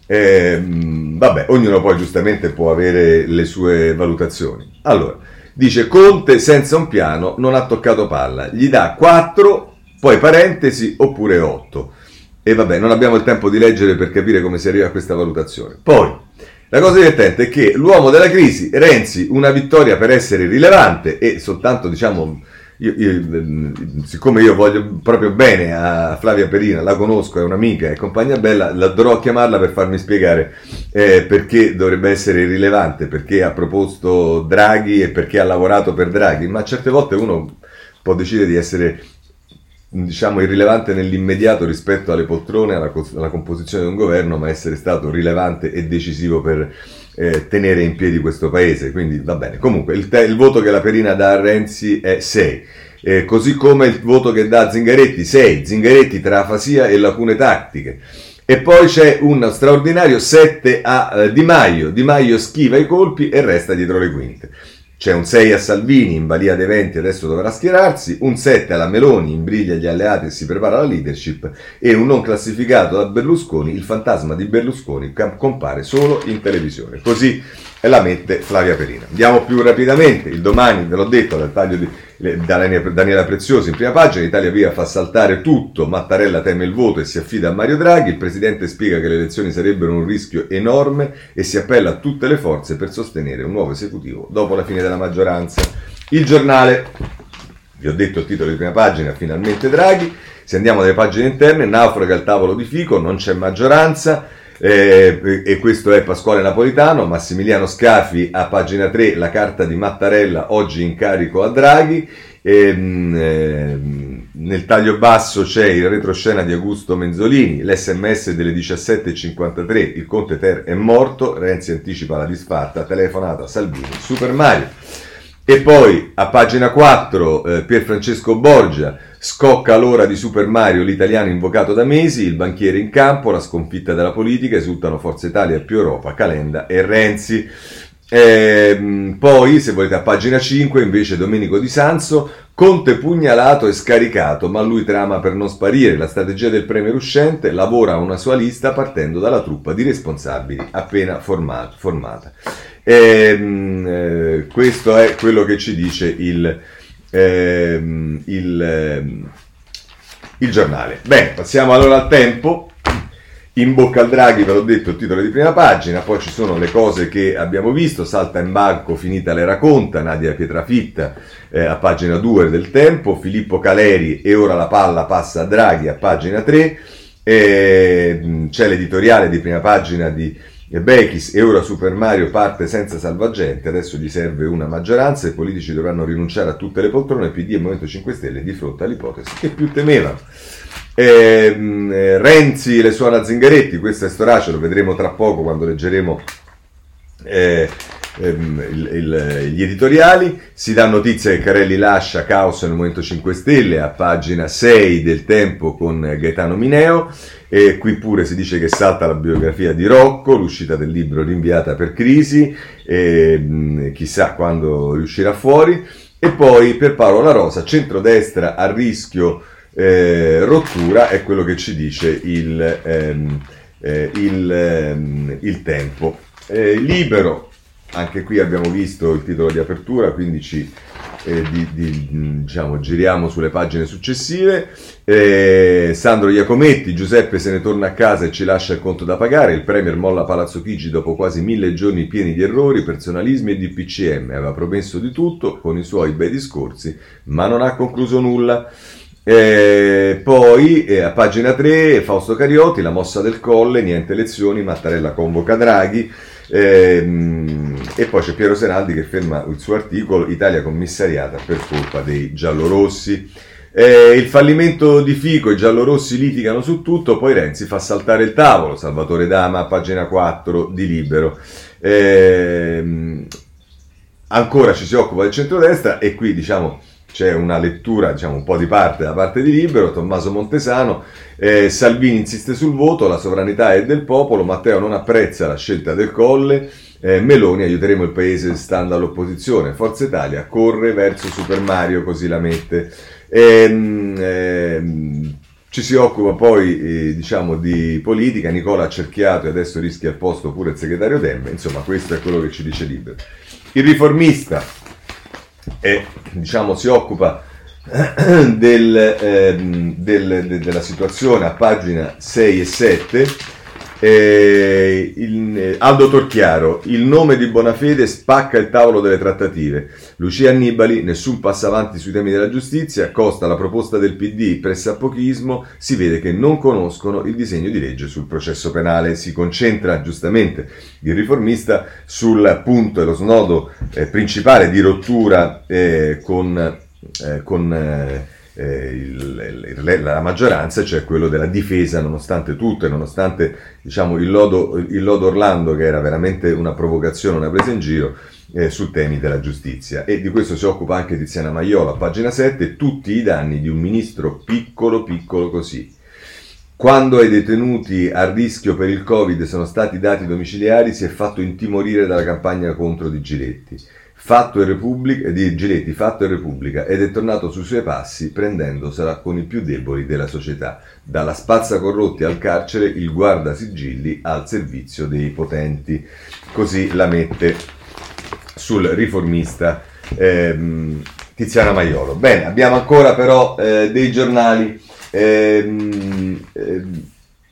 ehm, vabbè, ognuno poi giustamente può avere le sue valutazioni. Allora, dice Conte senza un piano non ha toccato palla, gli dà quattro, poi parentesi, oppure otto. E vabbè, non abbiamo il tempo di leggere per capire come si arriva a questa valutazione. Poi, la cosa divertente è che l'uomo della crisi, Renzi, una vittoria per essere rilevante e soltanto, diciamo, io, io, siccome io voglio proprio bene a Flavia Perina, la conosco, è un'amica e compagnia bella, la dovrò chiamarla per farmi spiegare eh, perché dovrebbe essere rilevante, perché ha proposto Draghi e perché ha lavorato per Draghi, ma certe volte uno può decidere di essere, diciamo, irrilevante nell'immediato rispetto alle poltrone, alla, alla composizione di un governo, ma essere stato rilevante e decisivo per eh, tenere in piedi questo paese. Quindi va bene. Comunque il, te- il voto che la Perina dà a Renzi è sei, eh, così come il voto che dà a Zingaretti sei. Zingaretti tra afasia e lacune tattiche. E poi c'è un straordinario sette a eh, Di Maio. Di Maio schiva i colpi e resta dietro le quinte. C'è un sei a Salvini, in balia dei venti, adesso dovrà schierarsi, un sette alla Meloni, imbriglia gli alleati e si prepara alla leadership, e un non classificato da Berlusconi, il fantasma di Berlusconi compare solo in televisione. Così la mette Flavia Perina. Andiamo più rapidamente, il Domani, ve l'ho detto, dal taglio di Daniela Preziosi in prima pagina, Italia Via fa saltare tutto, Mattarella teme il voto e si affida a Mario Draghi, il Presidente spiega che le elezioni sarebbero un rischio enorme e si appella a tutte le forze per sostenere un nuovo esecutivo dopo la fine della maggioranza. Il Giornale, vi ho detto il titolo di prima pagina, finalmente Draghi. Se andiamo dalle pagine interne, naufraga il tavolo di Fico, non c'è maggioranza. Eh, e questo è Pasquale Napolitano. Massimiliano Scafi a pagina tre, la carta di Mattarella oggi in carico a Draghi. E, eh, nel taglio basso c'è il retroscena di Augusto Menzolini, l'esse emme esse delle diciassette e cinquantatré, il Conte Ter è morto, Renzi anticipa la disfatta, telefonata a Salvini, Super Mario. E poi a pagina quattro eh, Pierfrancesco Borgia, scocca l'ora di Super Mario, l'italiano invocato da mesi, il banchiere in campo, la sconfitta della politica, esultano Forza Italia e più Europa, Calenda e Renzi. Ehm, poi, se volete, a pagina cinque, invece, Domenico Di Sanzo, Conte pugnalato e scaricato, ma lui trama per non sparire. La strategia del premier uscente, lavora a una sua lista partendo dalla truppa di responsabili appena formato, formata. Ehm, eh, questo è quello che ci dice il, ehm, il, ehm, il giornale. Bene, passiamo allora al Tempo. In bocca al Draghi, ve l'ho detto, il titolo di prima pagina, poi ci sono le cose che abbiamo visto, salta in banco, finita le racconta, Nadia Pietrafitta eh, a pagina due del Tempo, Filippo Caleri e ora la palla passa a Draghi a pagina tre, eh, c'è l'editoriale di prima pagina di Bechis e ora Super Mario parte senza salvagente, adesso gli serve una maggioranza, i politici dovranno rinunciare a tutte le poltrone, P D e Movimento cinque Stelle di fronte all'ipotesi che più temevano. Eh, Renzi le suona Zingaretti, questo è Storace, lo vedremo tra poco quando leggeremo eh, ehm, il, il, gli editoriali. Si dà notizia che Carelli lascia caos nel Movimento cinque Stelle a pagina sei del Tempo con Gaetano Mineo, e qui pure si dice che salta la biografia di Rocco, l'uscita del libro rinviata per crisi, e, chissà quando riuscirà fuori. E poi per Paolo La Rosa, centrodestra a rischio Eh, rottura, è quello che ci dice il, ehm, eh, il, ehm, il Tempo. Eh, Libero, anche qui abbiamo visto il titolo di apertura, quindi ci eh, di, di, diciamo, giriamo sulle pagine successive. Eh, Sandro Iacometti, Giuseppe se ne torna a casa e ci lascia il conto da pagare, il premier molla Palazzo Chigi dopo quasi mille giorni pieni di errori, personalismi e di P C M, aveva promesso di tutto con i suoi bei discorsi ma non ha concluso nulla. Eh, poi eh, a pagina tre Fausto Cariotti, la mossa del Colle, niente elezioni, Mattarella convoca Draghi, ehm, e poi c'è Piero Senaldi che ferma il suo articolo, Italia commissariata per colpa dei giallorossi. Eh, il fallimento di Fico, i giallorossi litigano su tutto, poi Renzi fa saltare il tavolo, Salvatore Dama a pagina quattro di Libero. Eh, ancora ci si occupa del centrodestra e qui diciamo c'è una lettura, diciamo un po' di parte da parte di Libero, Tommaso Montesano, eh, Salvini insiste sul voto, la sovranità è del popolo, Matteo non apprezza la scelta del Colle, eh, Meloni aiuteremo il paese stando all'opposizione, Forza Italia corre verso Super Mario, così la mette. Ehm, ehm, ci si occupa poi eh, diciamo di politica, Nicola ha cerchiato e adesso rischia il posto pure il segretario Dembe, insomma questo è quello che ci dice Libero. Il Riformista e diciamo si occupa del, ehm, del, de, della situazione a pagina sei e sette. eh, il, eh, Aldo Torchiaro, il nome di Bonafede spacca il tavolo delle trattative, Lucia Annibali, nessun passo avanti sui temi della giustizia, Costa la proposta del P D, pressapochismo, si vede che non conoscono il disegno di legge sul processo penale, si concentra giustamente il Riformista sul punto e lo snodo eh, principale di rottura eh, con, eh, con eh, eh, il, il, la maggioranza, cioè quello della difesa nonostante tutto e nonostante diciamo il lodo, il lodo Orlando, che era veramente una provocazione, una presa in giro eh, su temi della giustizia. E di questo si occupa anche Tiziana Maiolo a pagina sette, tutti i danni di un ministro piccolo piccolo così. Quando ai detenuti a rischio per il Covid sono stati dati domiciliari si è fatto intimorire dalla campagna contro Di Giletti. Fatto in Repubblica, di Giletti, fatto in Repubblica, ed è tornato sui suoi passi prendendosela con i più deboli della società. Dalla spazzacorrotti al carcere, il guardasigilli al servizio dei potenti. Così la mette sul Riformista ehm, Tiziana Maiolo. Bene, abbiamo ancora però eh, dei giornali. Ehm, ehm,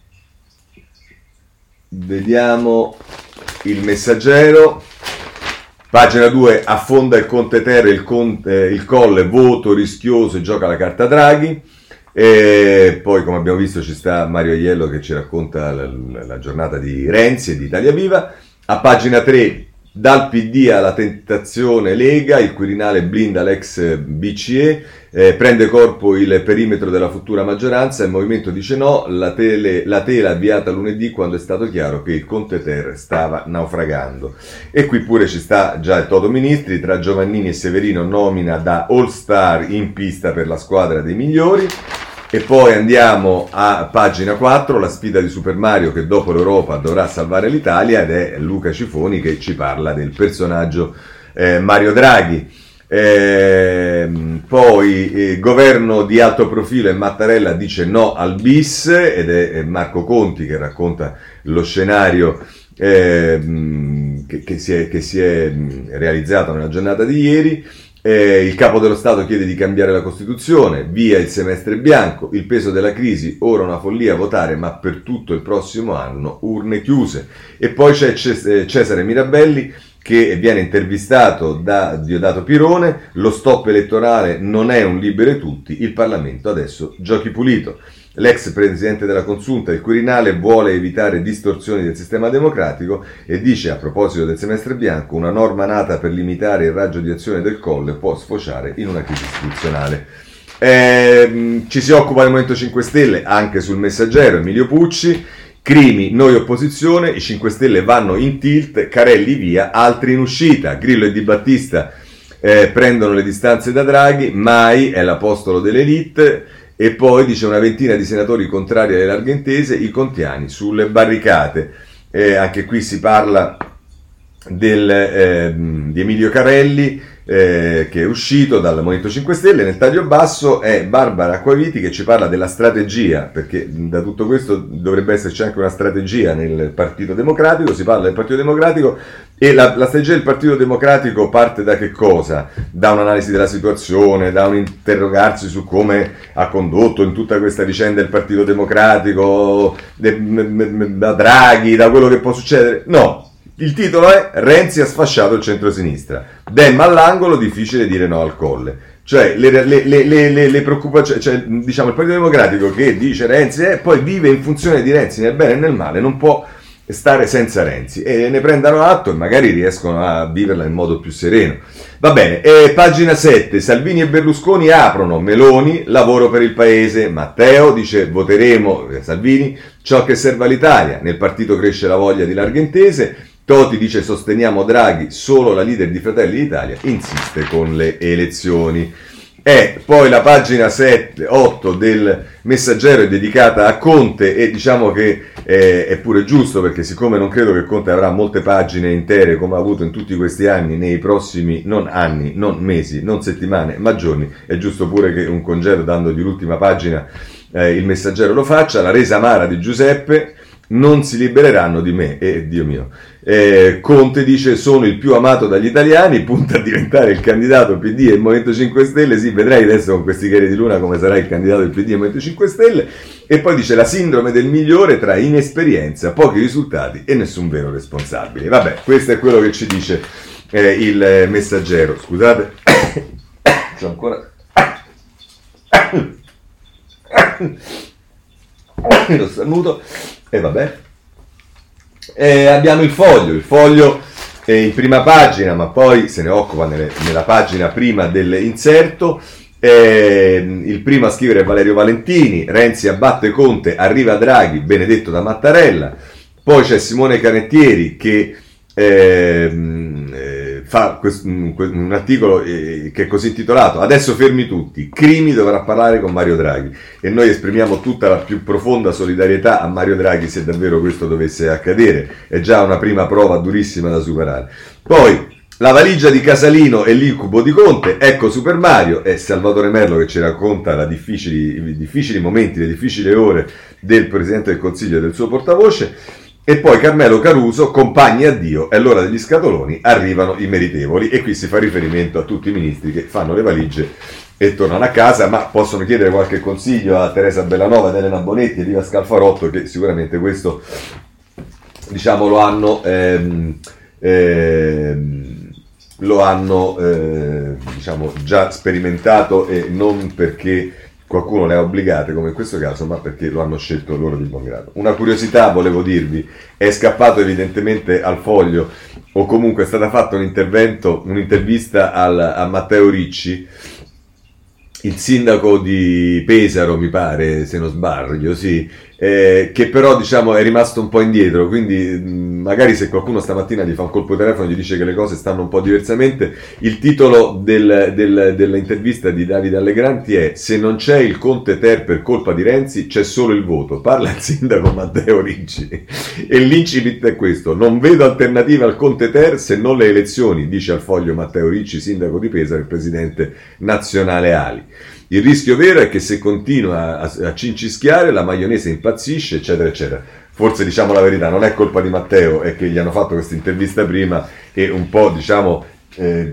vediamo Il Messaggero. Pagina due, affonda il Conte Terra, il, Conte, il Colle, voto rischioso e gioca la carta Draghi. E poi, come abbiamo visto, ci sta Mario Aiello che ci racconta la, la giornata di Renzi e di Italia Viva. A pagina tre, dal P D alla tentazione Lega, il Quirinale blinda l'ex B C E, eh, prende corpo il perimetro della futura maggioranza, il Movimento dice no, la, tele, la tela avviata lunedì quando è stato chiaro che il Conte Ter stava naufragando. E qui pure ci sta già il Toto Ministri, tra Giovannini e Severino nomina da All Star in pista per la squadra dei migliori. E poi andiamo a pagina quattro, la sfida di Super Mario che dopo l'Europa dovrà salvare l'Italia, ed è Luca Cifoni che ci parla del personaggio eh, Mario Draghi. Eh, poi eh, governo di alto profilo e Mattarella dice no al bis, ed è, è Marco Conti che racconta lo scenario eh, che, che, si è, che si è realizzato nella giornata di ieri. Eh, il capo dello Stato chiede di cambiare la Costituzione, via il semestre bianco, il peso della crisi, ora una follia a votare, ma per tutto il prossimo anno urne chiuse. E poi c'è Cesare Mirabelli che viene intervistato da Diodato Pirone, lo stop elettorale non è un libere tutti, il Parlamento adesso giochi pulito. L'ex presidente della Consulta, il Quirinale, vuole evitare distorsioni del sistema democratico e dice, a proposito del semestre bianco, una norma nata per limitare il raggio di azione del Colle può sfociare in una crisi istituzionale. Eh, ci si occupa del Movimento cinque Stelle anche sul Messaggero, Emilio Pucci. Crimi, noi opposizione, i cinque Stelle vanno in tilt, Carelli via, altri in uscita. Grillo e Di Battista eh, prendono le distanze da Draghi, mai è l'apostolo dell'elite. E poi dice una ventina di senatori contrari alle larghe intese, i contiani sulle barricate. Eh, anche qui si parla del, eh, di Emilio Carelli, eh, che è uscito dal Movimento cinque Stelle. Nel taglio basso è Barbara Acquaviti che ci parla della strategia, perché da tutto questo dovrebbe esserci anche una strategia nel Partito Democratico. Si parla del Partito Democratico e la, la strategia del Partito Democratico parte da che cosa? Da un'analisi della situazione, da un interrogarsi su come ha condotto in tutta questa vicenda il Partito Democratico, da Draghi, da quello che può succedere? No. Il titolo è Renzi ha sfasciato il centrosinistra. Dem all'angolo, difficile dire no al Colle. Cioè le, le, le, le, le preoccupazioni, cioè, diciamo il Partito Democratico che dice Renzi e eh, poi vive in funzione di Renzi nel bene e nel male, non può stare senza Renzi, e ne prendano atto e magari riescono a viverla in modo più sereno. Va bene, e pagina sette, Salvini e Berlusconi aprono, Meloni, lavoro per il paese, Matteo dice voteremo, Salvini, ciò che serve all'Italia, nel partito cresce la voglia di larghe intese, Toti dice sosteniamo Draghi, solo la leader di Fratelli d'Italia insiste con le elezioni. E poi la pagina sette, otto del Messaggero è dedicata a Conte e diciamo che eh, è pure giusto, perché siccome non credo che Conte avrà molte pagine intere come ha avuto in tutti questi anni, nei prossimi non anni, non mesi, non settimane, ma giorni, è giusto pure che un congedo dandogli l'ultima pagina eh, il Messaggero lo faccia. La resa amara di Giuseppe, non si libereranno di me, e eh, Dio mio. Eh, Conte dice sono il più amato dagli italiani, punta a diventare il candidato P D e il Movimento cinque Stelle, sì, vedrai adesso con questi chiari di luna come sarà il candidato del P D e il Movimento cinque Stelle. E poi dice la sindrome del migliore tra inesperienza, pochi risultati e nessun vero responsabile. Vabbè, questo è quello che ci dice eh, il Messaggero. Scusate, c'ho ancora lo starnuto. E vabbè, eh, abbiamo il Foglio, il Foglio è in prima pagina, ma poi se ne occupa nelle, nella pagina prima dell'inserto. Eh, il primo a scrivere è Valerio Valentini, Renzi abbatte Conte, arriva Draghi, benedetto da Mattarella. Poi c'è Simone Canettieri che eh, fa questo, un articolo eh, che è così intitolato Adesso fermi tutti, Crimi dovrà parlare con Mario Draghi, e noi esprimiamo tutta la più profonda solidarietà a Mario Draghi se davvero questo dovesse accadere. È già una prima prova durissima da superare. Poi la valigia di Casalino e l'incubo di Conte, ecco Super Mario, è Salvatore Merlo che ci racconta la difficili, i difficili momenti, le difficili ore del Presidente del Consiglio e del suo portavoce. E poi Carmelo Caruso, compagni addio, è l'ora degli scatoloni, arrivano i meritevoli, e qui si fa riferimento a tutti i ministri che fanno le valigie e tornano a casa, ma possono chiedere qualche consiglio a Teresa Bellanova, ad Elena Bonetti e Riva Scalfarotto, che sicuramente questo, diciamo, lo hanno, ehm, ehm, lo hanno eh, diciamo, già sperimentato, e non perché qualcuno le ha obbligate come in questo caso, ma perché lo hanno scelto loro di buon grado. Una curiosità volevo dirvi, è scappato evidentemente al Foglio, o comunque è stata fatta un intervento, un'intervista al, a Matteo Ricci, il sindaco di Pesaro mi pare, se non sbaglio, sì, eh, che però diciamo è rimasto un po' indietro, quindi mh, magari se qualcuno stamattina gli fa un colpo di telefono e gli dice che le cose stanno un po' diversamente, il titolo del, del, dell'intervista di Davide Allegranti è: se non c'è il Conte Ter per colpa di Renzi, c'è solo il voto, parla il sindaco Matteo Ricci, e l'incipit è questo: non vedo alternative al Conte Ter se non le elezioni, dice al Foglio Matteo Ricci, sindaco di Pesaro, il presidente nazionale Ali. Il rischio vero è che se continua a, a cincischiare la maionese impazzisce, eccetera, eccetera. Forse, diciamo la verità, non è colpa di Matteo, è che gli hanno fatto questa intervista prima e un po', diciamo, eh,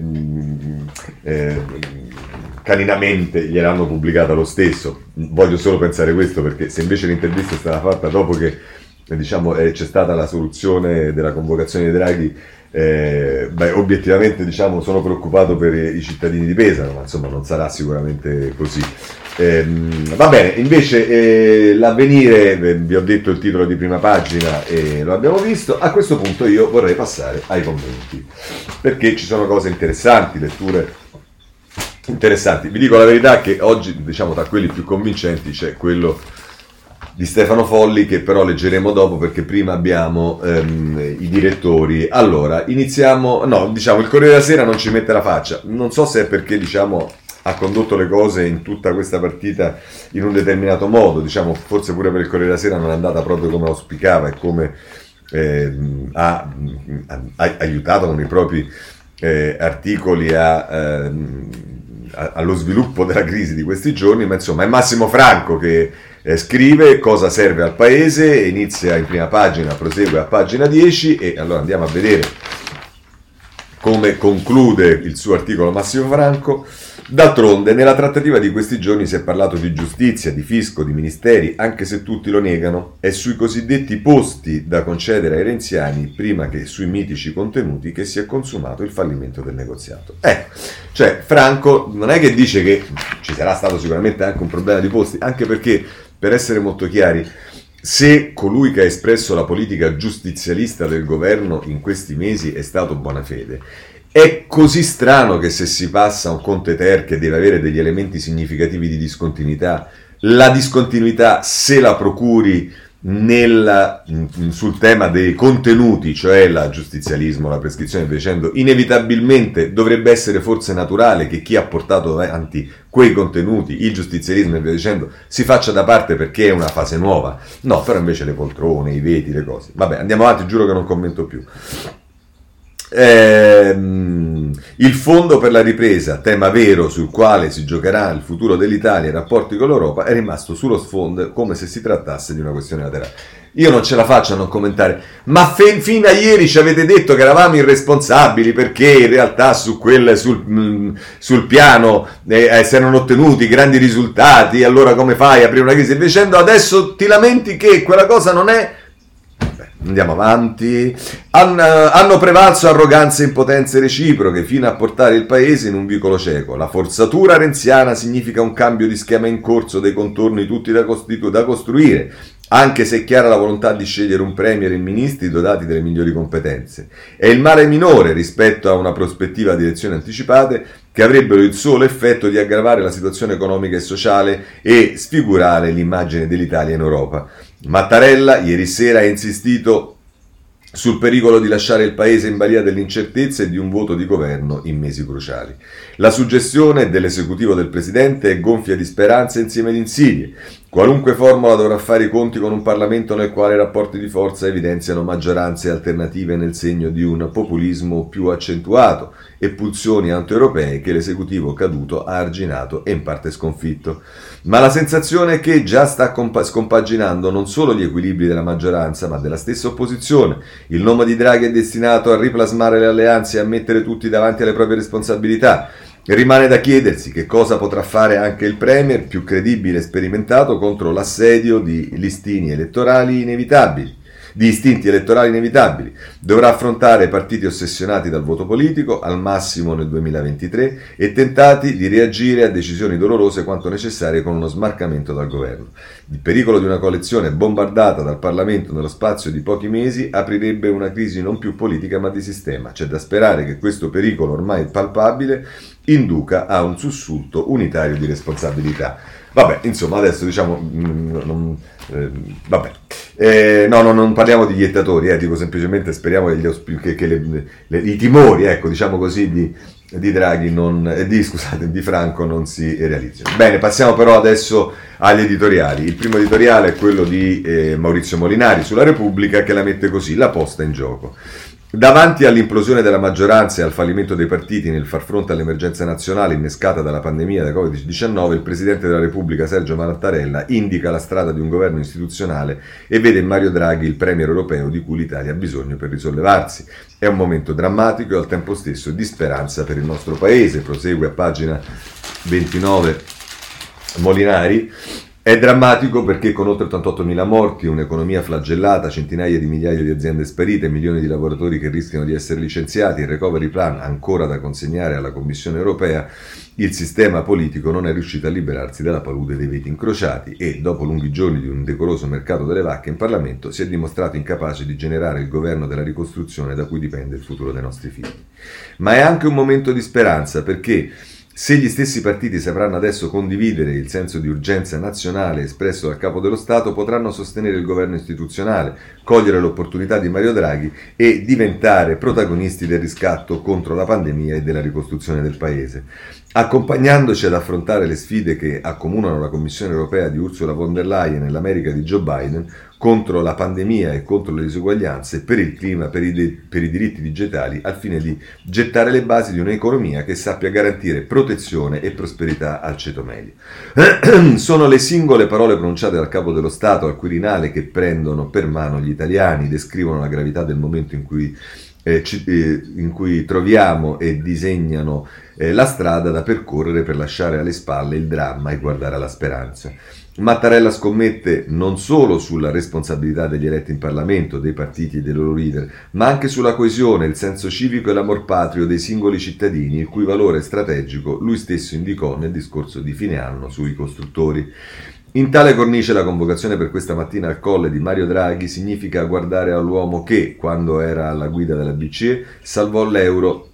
eh, caninamente gliel'hanno pubblicata lo stesso. Voglio solo pensare questo, perché se invece l'intervista è stata fatta dopo che, diciamo, eh, c'è stata la soluzione della convocazione di Draghi, Eh, beh, obiettivamente, diciamo, sono preoccupato per i cittadini di Pesaro, ma insomma non sarà sicuramente così. Eh, va bene, invece eh, l'Avvenire, eh, vi ho detto il titolo di prima pagina e lo abbiamo visto. A questo punto io vorrei passare ai commenti, perché ci sono cose interessanti, letture interessanti. Vi dico la verità che oggi, diciamo, tra quelli più convincenti c'è quello di Stefano Folli, che però leggeremo dopo, perché prima abbiamo ehm, i direttori. Allora, iniziamo, no, diciamo, il Corriere della Sera non ci mette la faccia, non so se è perché, diciamo, ha condotto le cose in tutta questa partita in un determinato modo, diciamo, forse pure per il Corriere della Sera non è andata proprio come auspicava e come eh, ha, ha aiutato con i propri eh, articoli a... Eh, allo sviluppo della crisi di questi giorni, ma insomma è Massimo Franco che eh, scrive cosa serve al paese, inizia in prima pagina, prosegue a pagina dieci, e allora andiamo a vedere come conclude il suo articolo Massimo Franco. D'altronde, nella trattativa di questi giorni si è parlato di giustizia, di fisco, di ministeri, anche se tutti lo negano. È sui cosiddetti posti da concedere ai renziani, prima che sui mitici contenuti, che si è consumato il fallimento del negoziato. Ecco, cioè Franco non è che dice che ci sarà stato sicuramente anche un problema di posti, anche perché, per essere molto chiari, se colui che ha espresso la politica giustizialista del governo in questi mesi è stato Bonafede, è così strano che se si passa a un Conte Ter che deve avere degli elementi significativi di discontinuità, la discontinuità se la procuri nella, sul tema dei contenuti, cioè la giustizialismo, la prescrizione e via dicendo, inevitabilmente dovrebbe essere forse naturale che chi ha portato avanti quei contenuti, il giustizialismo e via dicendo, si faccia da parte perché è una fase nuova. No, però invece le poltrone, i veti, le cose. Vabbè, andiamo avanti, giuro che non commento più. Ehm, il fondo per la ripresa, tema vero sul quale si giocherà il futuro dell'Italia e i rapporti con l'Europa, è rimasto sullo sfondo come se si trattasse di una questione laterale. Io non ce la faccio a non commentare, ma fe- fino a ieri ci avete detto che eravamo irresponsabili perché in realtà su quel, sul, mh, sul piano eh, si erano ottenuti grandi risultati, allora come fai a aprire una crisi e via dicendo? Adesso ti lamenti che quella cosa non è... Andiamo avanti. Han, hanno prevalso arroganza e impotenze reciproche fino a portare il paese in un vicolo cieco. La forzatura renziana significa un cambio di schema in corso, dei contorni tutti da, costitu- da costruire, anche se è chiara la volontà di scegliere un premier e ministri dotati delle migliori competenze. È il male minore rispetto a una prospettiva di elezioni anticipate che avrebbero il solo effetto di aggravare la situazione economica e sociale e sfigurare l'immagine dell'Italia in Europa. Mattarella ieri sera ha insistito sul pericolo di lasciare il paese in balia dell'incertezza e di un voto di governo in mesi cruciali. La suggestione dell'esecutivo del presidente è gonfia di speranze insieme di insidie. Qualunque formula dovrà fare i conti con un Parlamento nel quale i rapporti di forza evidenziano maggioranze alternative nel segno di un populismo più accentuato e pulsioni anti-europee che l'esecutivo caduto ha arginato e in parte sconfitto. Ma la sensazione è che già sta compa- scompaginando non solo gli equilibri della maggioranza, ma della stessa opposizione. Il nome di Draghi è destinato a riplasmare le alleanze e a mettere tutti davanti alle proprie responsabilità. Rimane da chiedersi che cosa potrà fare anche il Premier, più credibile e sperimentato, contro l'assedio di listini elettorali inevitabili. di istinti elettorali inevitabili. Dovrà affrontare partiti ossessionati dal voto politico, al massimo nel duemilaventitré, e tentati di reagire a decisioni dolorose quanto necessarie con uno smarcamento dal governo. Il pericolo di una coalizione bombardata dal Parlamento nello spazio di pochi mesi aprirebbe una crisi non più politica ma di sistema. C'è da sperare che questo pericolo ormai palpabile induca a un sussulto unitario di responsabilità. Vabbè, insomma, adesso diciamo non, Eh, vabbè. Eh, no, no, non parliamo di iettatori, eh, dico semplicemente speriamo che, gli osp- che, che le, le, i timori, ecco, diciamo così, di, di Draghi, non, eh, di, scusate, di Franco non si realizzino. Bene, passiamo però adesso agli editoriali. Il primo editoriale è quello di eh, Maurizio Molinari sulla Repubblica, che la mette così: la posta in gioco. Davanti all'implosione della maggioranza e al fallimento dei partiti nel far fronte all'emergenza nazionale innescata dalla pandemia da covid diciannove, il Presidente della Repubblica Sergio Mattarella indica la strada di un governo istituzionale e vede in Mario Draghi il premier europeo di cui l'Italia ha bisogno per risollevarsi. È un momento drammatico e al tempo stesso di speranza per il nostro paese. Prosegue a pagina ventinove Molinari. È drammatico perché con oltre ottantottomila morti, un'economia flagellata, centinaia di migliaia di aziende sparite, milioni di lavoratori che rischiano di essere licenziati, il recovery plan ancora da consegnare alla Commissione europea, il sistema politico non è riuscito a liberarsi dalla palude dei veti incrociati e, dopo lunghi giorni di un decoroso mercato delle vacche in Parlamento, si è dimostrato incapace di generare il governo della ricostruzione da cui dipende il futuro dei nostri figli. Ma è anche un momento di speranza perché se gli stessi partiti sapranno adesso condividere il senso di urgenza nazionale espresso dal Capo dello Stato, potranno sostenere il governo istituzionale, cogliere l'opportunità di Mario Draghi e diventare protagonisti del riscatto contro la pandemia e della ricostruzione del Paese. Accompagnandoci ad affrontare le sfide che accomunano la Commissione europea di Ursula von der Leyen e l'America di Joe Biden, contro la pandemia e contro le disuguaglianze, per il clima, per i, de- per i diritti digitali, al fine di gettare le basi di un'economia che sappia garantire protezione e prosperità al ceto medio. Sono le singole parole pronunciate dal Capo dello Stato al Quirinale che prendono per mano gli italiani, descrivono la gravità del momento in cui Eh, ci, eh, in cui troviamo e disegnano eh, la strada da percorrere per lasciare alle spalle il dramma e guardare alla speranza. Mattarella scommette non solo sulla responsabilità degli eletti in Parlamento, dei partiti e dei loro leader, ma anche sulla coesione, il senso civico e l'amor patrio dei singoli cittadini, il cui valore strategico lui stesso indicò nel discorso di fine anno sui costruttori. In tale cornice la convocazione per questa mattina al Colle di Mario Draghi significa guardare all'uomo che, quando era alla guida della B C E, salvò l'euro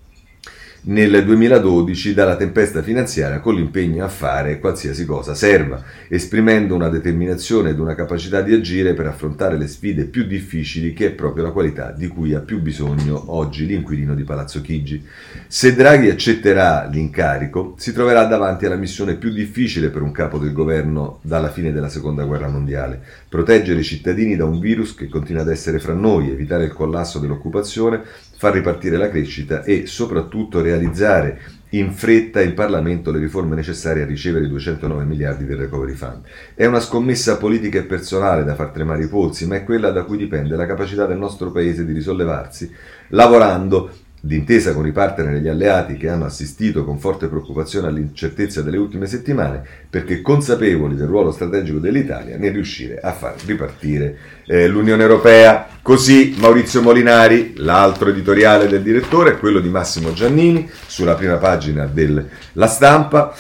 nel duemiladodici dalla tempesta finanziaria con l'impegno a fare qualsiasi cosa serva, esprimendo una determinazione ed una capacità di agire per affrontare le sfide più difficili, che è proprio la qualità di cui ha più bisogno oggi l'inquilino di Palazzo Chigi. Se Draghi accetterà l'incarico, si troverà davanti alla missione più difficile per un capo del governo dalla fine della Seconda Guerra Mondiale: proteggere i cittadini da un virus che continua ad essere fra noi, evitare il collasso dell'occupazione, far ripartire la crescita e soprattutto realizzare in fretta in Parlamento le riforme necessarie a ricevere i duecentonove miliardi del Recovery Fund. È una scommessa politica e personale da far tremare i polsi, ma è quella da cui dipende la capacità del nostro Paese di risollevarsi, lavorando d'intesa con i partner e gli alleati che hanno assistito con forte preoccupazione all'incertezza delle ultime settimane, perché consapevoli del ruolo strategico dell'Italia nel riuscire a far ripartire eh, l'Unione Europea. Così Maurizio Molinari. L'altro editoriale del direttore è quello di Massimo Giannini sulla prima pagina della Stampa.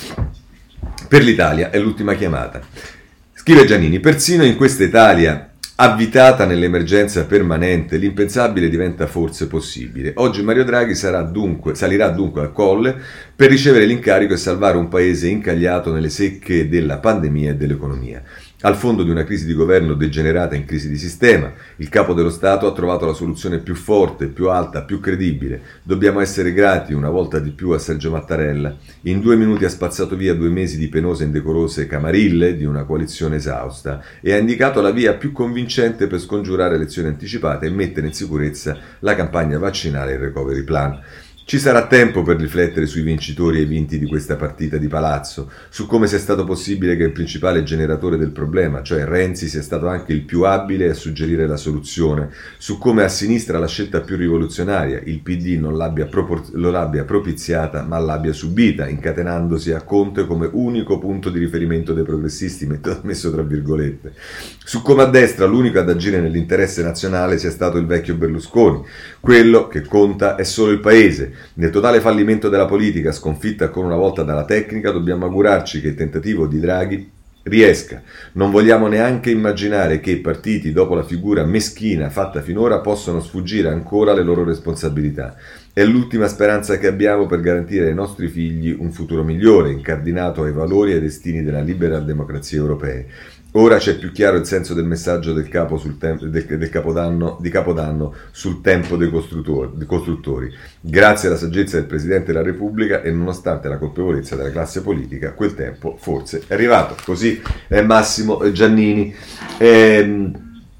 Per l'Italia è l'ultima chiamata. Scrive Giannini: persino in questa Italia avvitata nell'emergenza permanente, l'impensabile diventa forse possibile. Oggi Mario Draghi sarà dunque, salirà dunque al Colle per ricevere l'incarico e salvare un paese incagliato nelle secche della pandemia e dell'economia. Al fondo di una crisi di governo degenerata in crisi di sistema, il Capo dello Stato ha trovato la soluzione più forte, più alta, più credibile. Dobbiamo essere grati una volta di più a Sergio Mattarella. In due minuti ha spazzato via due mesi di penose e indecorose camarille di una coalizione esausta e ha indicato la via più convincente per scongiurare elezioni anticipate e mettere in sicurezza la campagna vaccinale e il recovery plan. Ci sarà tempo per riflettere sui vincitori e i vinti di questa partita di palazzo, su come sia stato possibile che il principale generatore del problema, cioè Renzi, sia stato anche il più abile a suggerire la soluzione, su come a sinistra la scelta più rivoluzionaria, il P D, non l'abbia, propor- lo l'abbia propiziata ma l'abbia subita, incatenandosi a Conte come unico punto di riferimento dei progressisti, messo tra virgolette, su come a destra l'unico ad agire nell'interesse nazionale sia stato il vecchio Berlusconi. Quello che conta è solo il paese. Nel totale fallimento della politica, sconfitta ancora una volta dalla tecnica, dobbiamo augurarci che il tentativo di Draghi riesca. Non vogliamo neanche immaginare che i partiti, dopo la figura meschina fatta finora, possano sfuggire ancora alle loro responsabilità. È l'ultima speranza che abbiamo per garantire ai nostri figli un futuro migliore, incardinato ai valori e ai destini della libera democrazia europea. Ora c'è più chiaro il senso del messaggio del capo sul tem- del, del capodanno, di Capodanno sul tempo dei costruttori, dei costruttori. Grazie alla saggezza del Presidente della Repubblica e nonostante la colpevolezza della classe politica, quel tempo forse è arrivato. Così è Massimo Giannini. Ehm,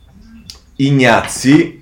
Ignazzi,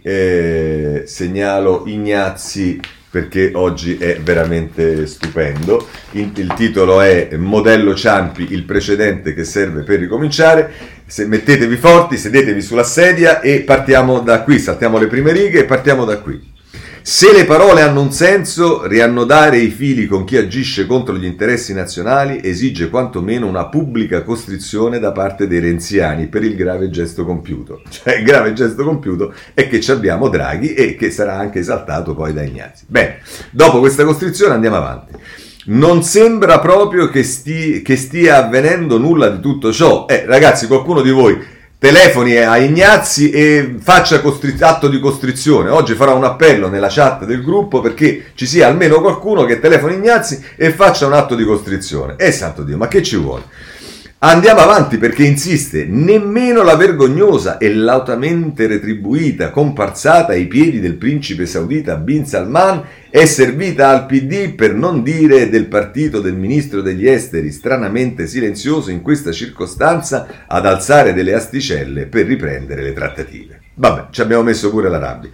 eh, segnalo Ignazzi perché oggi è veramente stupendo. Il, il titolo è Modello Ciampi, il precedente che serve per ricominciare. Se mettetevi forti, sedetevi sulla sedia e partiamo da qui, saltiamo le prime righe e partiamo da qui. Se le parole hanno un senso, riannodare i fili con chi agisce contro gli interessi nazionali esige quantomeno una pubblica costrizione da parte dei renziani per il grave gesto compiuto. Cioè il grave gesto compiuto è che ci abbiamo Draghi e che sarà anche esaltato poi da Ignazzi. Bene, dopo questa costrizione andiamo avanti. Non sembra proprio che, sti, che stia avvenendo nulla di tutto ciò. Eh, ragazzi, qualcuno di voi telefoni a Ignazzi e faccia costri- atto di costrizione. Oggi farò un appello nella chat del gruppo perché ci sia almeno qualcuno che telefoni Ignazzi e faccia un atto di costrizione. E santo Dio, ma che ci vuole? Andiamo avanti perché insiste, nemmeno la vergognosa e lautamente retribuita comparsata ai piedi del principe saudita Bin Salman è servita al P D, per non dire del partito del ministro degli esteri, stranamente silenzioso in questa circostanza, ad alzare delle asticelle per riprendere le trattative. Vabbè, ci abbiamo messo pure la rabbia.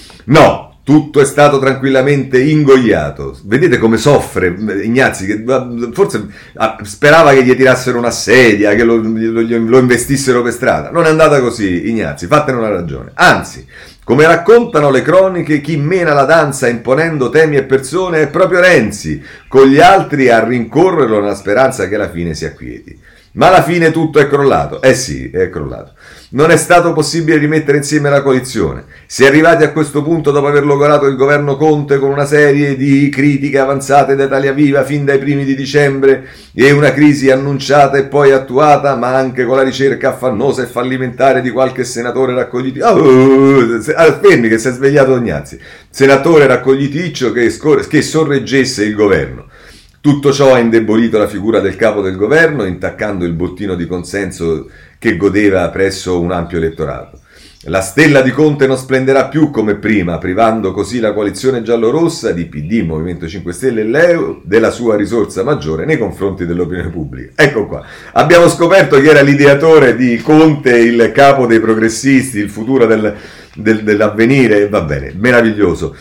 No! Tutto è stato tranquillamente ingoiato. Vedete come soffre Ignazzi, che forse sperava che gli tirassero una sedia, che lo, lo, lo investissero per strada. Non è andata così, Ignazzi, fatene una ragione. Anzi, come raccontano le croniche, chi mena la danza imponendo temi e persone è proprio Renzi, con gli altri a rincorrerlo nella speranza che alla fine si acquieti. Ma alla fine tutto è crollato. Eh sì, è crollato. Non è stato possibile rimettere insieme la coalizione. Si è arrivati a questo punto dopo aver logorato il governo Conte con una serie di critiche avanzate da Italia Viva fin dai primi di dicembre e una crisi annunciata e poi attuata, ma anche con la ricerca affannosa e fallimentare di qualche senatore raccogliti... Oh, fermi che si è svegliato Ignazzi. Senatore raccogliticcio che, scor- che sorreggesse il governo. Tutto ciò ha indebolito la figura del capo del governo, intaccando il bottino di consenso che godeva presso un ampio elettorato. La stella di Conte non splenderà più come prima, privando così la coalizione giallorossa di P D, Movimento cinque Stelle e L E U della sua risorsa maggiore nei confronti dell'opinione pubblica. Ecco qua, abbiamo scoperto chi era l'ideatore di Conte, il capo dei progressisti, il futuro del, del, dell'avvenire, va bene, meraviglioso.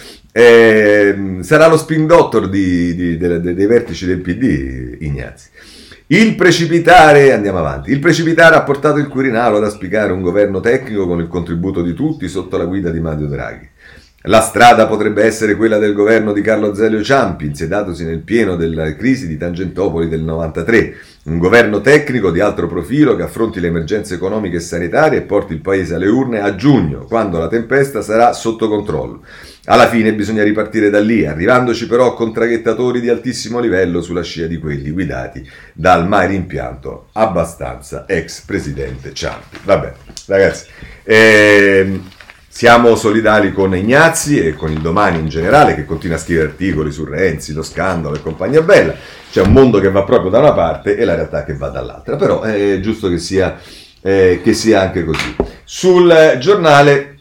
Eh, sarà lo spin doctor di, di, de, de, dei vertici del P D, Ignazzi. Il precipitare, andiamo avanti, il precipitare ha portato il Quirinale ad auspicare un governo tecnico con il contributo di tutti sotto la guida di Mario Draghi. La strada potrebbe essere quella del governo di Carlo Azeglio Ciampi, insediatosi nel pieno della crisi di Tangentopoli del novantatré, un governo tecnico di altro profilo che affronti le emergenze economiche e sanitarie e porti il paese alle urne a giugno, quando la tempesta sarà sotto controllo. Alla fine bisogna ripartire da lì, arrivandoci però con traghettatori di altissimo livello sulla scia di quelli guidati dal mai rimpianto abbastanza ex presidente Ciampi. Vabbè, ragazzi, ehm, siamo solidali con Ignazzi e con il Domani in generale, che continua a scrivere articoli su Renzi, lo scandalo e compagnia bella. C'è un mondo che va proprio da una parte e la realtà che va dall'altra, però è giusto che sia, eh, che sia anche così. Sul giornale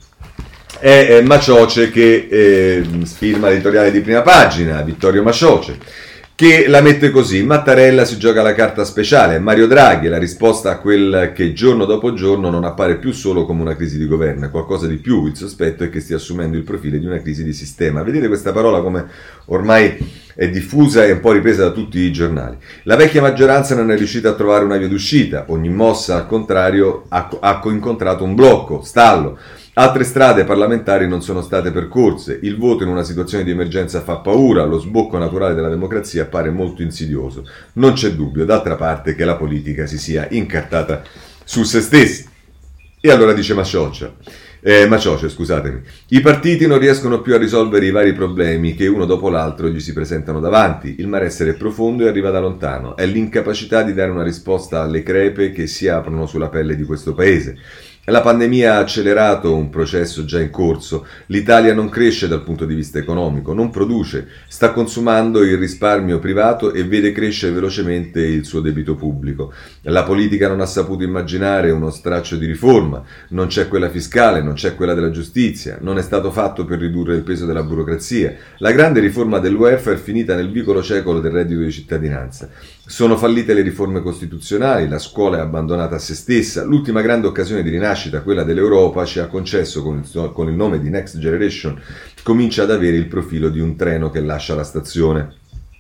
è Macioce che eh, firma l'editoriale di prima pagina, Vittorio Macioce, che la mette così: Mattarella si gioca la carta speciale, Mario Draghi è la risposta a quel che giorno dopo giorno non appare più solo come una crisi di governo, è qualcosa di più. Il sospetto è che stia assumendo il profilo di una crisi di sistema. Vedete questa parola come ormai è diffusa e un po' ripresa da tutti i giornali. La vecchia maggioranza non è riuscita a trovare una via d'uscita, ogni mossa al contrario ha, ha incontrato un blocco, stallo. Altre strade parlamentari non sono state percorse, il voto in una situazione di emergenza fa paura, lo sbocco naturale della democrazia appare molto insidioso. Non c'è dubbio, d'altra parte, che la politica si sia incartata su se stessi. E allora dice Macioce, eh, Macioce, scusatemi, i partiti non riescono più a risolvere i vari problemi che uno dopo l'altro gli si presentano davanti. Il malessere è profondo e arriva da lontano. È l'incapacità di dare una risposta alle crepe che si aprono sulla pelle di questo paese. La pandemia ha accelerato un processo già in corso. L'Italia non cresce dal punto di vista economico, non produce, sta consumando il risparmio privato e vede crescere velocemente il suo debito pubblico. La politica non ha saputo immaginare uno straccio di riforma, non c'è quella fiscale, non c'è quella della giustizia, non è stato fatto per ridurre il peso della burocrazia. La grande riforma del welfare è finita nel vicolo cieco del reddito di cittadinanza. Sono fallite le riforme costituzionali, la scuola è abbandonata a se stessa, l'ultima grande occasione di rinascita, quella dell'Europa, ci ha concesso con il, con il nome di Next Generation, comincia ad avere il profilo di un treno che lascia la stazione.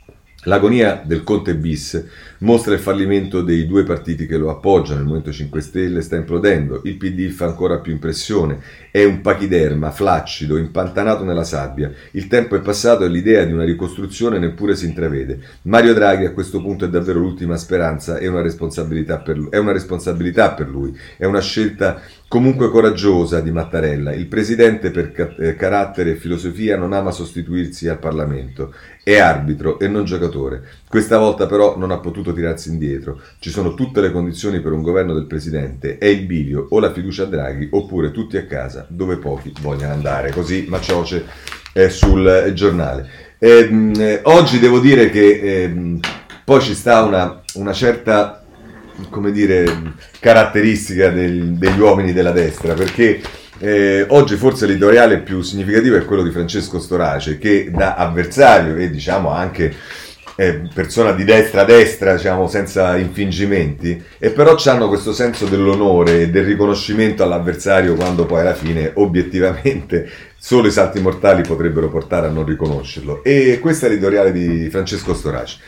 L'agonia del Conte bis mostra il fallimento dei due partiti che lo appoggiano, il Movimento cinque Stelle sta implodendo, il P D fa ancora più impressione, è un pachiderma, flaccido, impantanato nella sabbia, il tempo è passato e l'idea di una ricostruzione neppure si intravede. Mario Draghi a questo punto è davvero l'ultima speranza e una responsabilità per lui, è una responsabilità per lui, è una scelta comunque coraggiosa di Mattarella. Il presidente per ca- eh, carattere e filosofia non ama sostituirsi al Parlamento, è arbitro e non giocatore. Questa volta però non ha potuto tirarsi indietro. Ci sono tutte le condizioni per un governo del presidente, è il bivio o la fiducia a Draghi oppure tutti a casa dove pochi vogliono andare. Così Macioce è sul giornale. E, eh, oggi devo dire che eh, poi ci sta una, una certa, come dire, caratteristica del, degli uomini della destra, perché eh, oggi forse l'editoriale più significativo è quello di Francesco Storace, che da avversario e diciamo anche eh, persona di destra a destra, diciamo senza infingimenti, e però hanno questo senso dell'onore e del riconoscimento all'avversario quando poi alla fine obiettivamente solo i salti mortali potrebbero portare a non riconoscerlo. E questo è l'editoriale di Francesco Storace.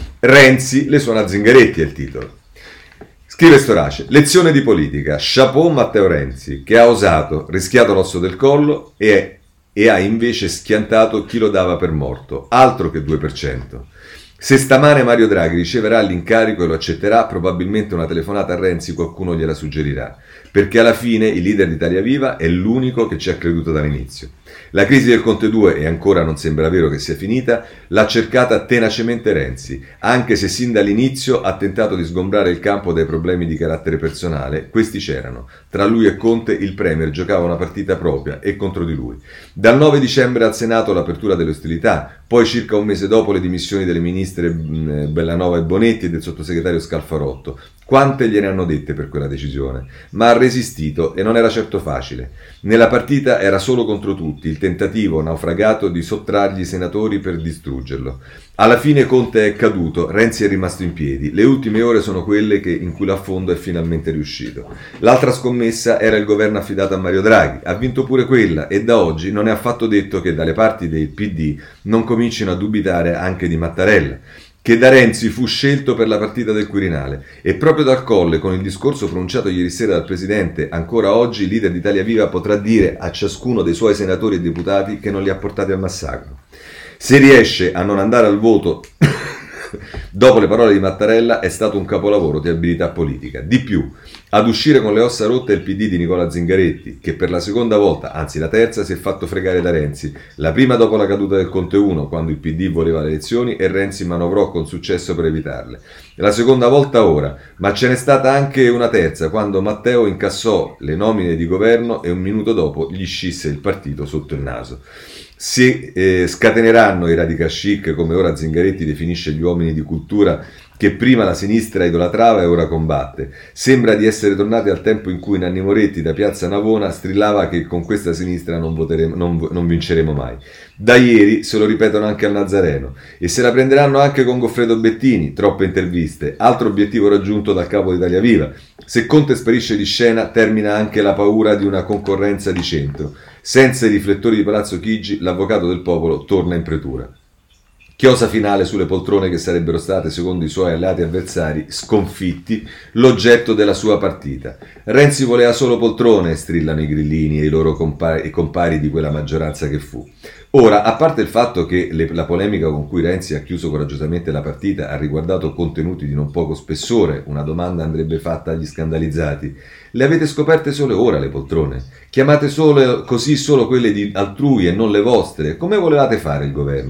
Renzi le suona Zingaretti è il titolo. Scrive Storace, lezione di politica, chapeau Matteo Renzi, che ha osato, rischiato l'osso del collo e, e ha invece schiantato chi lo dava per morto, altro che due per cento. Se stamane Mario Draghi riceverà l'incarico e lo accetterà, probabilmente una telefonata a Renzi qualcuno gliela suggerirà, perché alla fine il leader di Italia Viva è l'unico che ci ha creduto dall'inizio. La crisi del Conte due, e ancora non sembra vero che sia finita, l'ha cercata tenacemente Renzi, anche se sin dall'inizio ha tentato di sgombrare il campo dai problemi di carattere personale, questi c'erano. Tra lui e Conte il Premier giocava una partita propria e contro di lui. Dal nove dicembre al Senato l'apertura delle ostilità, poi circa un mese dopo le dimissioni delle ministre Bellanova e Bonetti e del sottosegretario Scalfarotto. Quante gliene hanno dette per quella decisione? Ma ha resistito e non era certo facile. Nella partita era solo contro tutti, il tentativo naufragato di sottrargli i senatori per distruggerlo. Alla fine Conte è caduto, Renzi è rimasto in piedi. Le ultime ore sono quelle che, in cui l'affondo è finalmente riuscito. L'altra scommessa era il governo affidato a Mario Draghi. Ha vinto pure quella e da oggi non è affatto detto che dalle parti del P D non comincino a dubitare anche di Mattarella, che da Renzi fu scelto per la partita del Quirinale, e proprio dal Colle, con il discorso pronunciato ieri sera dal Presidente, ancora oggi il leader di Italia Viva potrà dire a ciascuno dei suoi senatori e deputati che non li ha portati al massacro. Se riesce a non andare al voto dopo le parole di Mattarella è stato un capolavoro di abilità politica. Di più, ad uscire con le ossa rotte è il P D di Nicola Zingaretti, che per la seconda volta, anzi la terza, si è fatto fregare da Renzi. La prima dopo la caduta del Conte uno, quando il P D voleva le elezioni e Renzi manovrò con successo per evitarle. La seconda volta ora, ma ce n'è stata anche una terza, quando Matteo incassò le nomine di governo e un minuto dopo gli scisse il partito sotto il naso. Se eh, scateneranno i radical chic, come ora Zingaretti definisce gli uomini di cultura che prima la sinistra idolatrava e ora combatte. Sembra di essere tornati al tempo in cui Nanni Moretti da Piazza Navona strillava che con questa sinistra non, voteremo, non, non vinceremo mai. Da ieri se lo ripetono anche al Nazareno e se la prenderanno anche con Goffredo Bettini, troppe interviste, altro obiettivo raggiunto dal capo di Italia Viva. Se Conte sparisce di scena termina anche la paura di una concorrenza di centro. Senza i riflettori di Palazzo Chigi, l'avvocato del popolo torna in pretura. Chiosa finale sulle poltrone che sarebbero state, secondo i suoi alleati avversari, sconfitti, l'oggetto della sua partita. Renzi voleva solo poltrone, strillano i grillini e i loro compari, i compari di quella maggioranza che fu. Ora, a parte il fatto che le, la polemica con cui Renzi ha chiuso coraggiosamente la partita ha riguardato contenuti di non poco spessore, una domanda andrebbe fatta agli scandalizzati. Le avete scoperte solo ora le poltrone? Chiamate solo, così solo quelle di altrui e non le vostre? Come volevate fare il governo?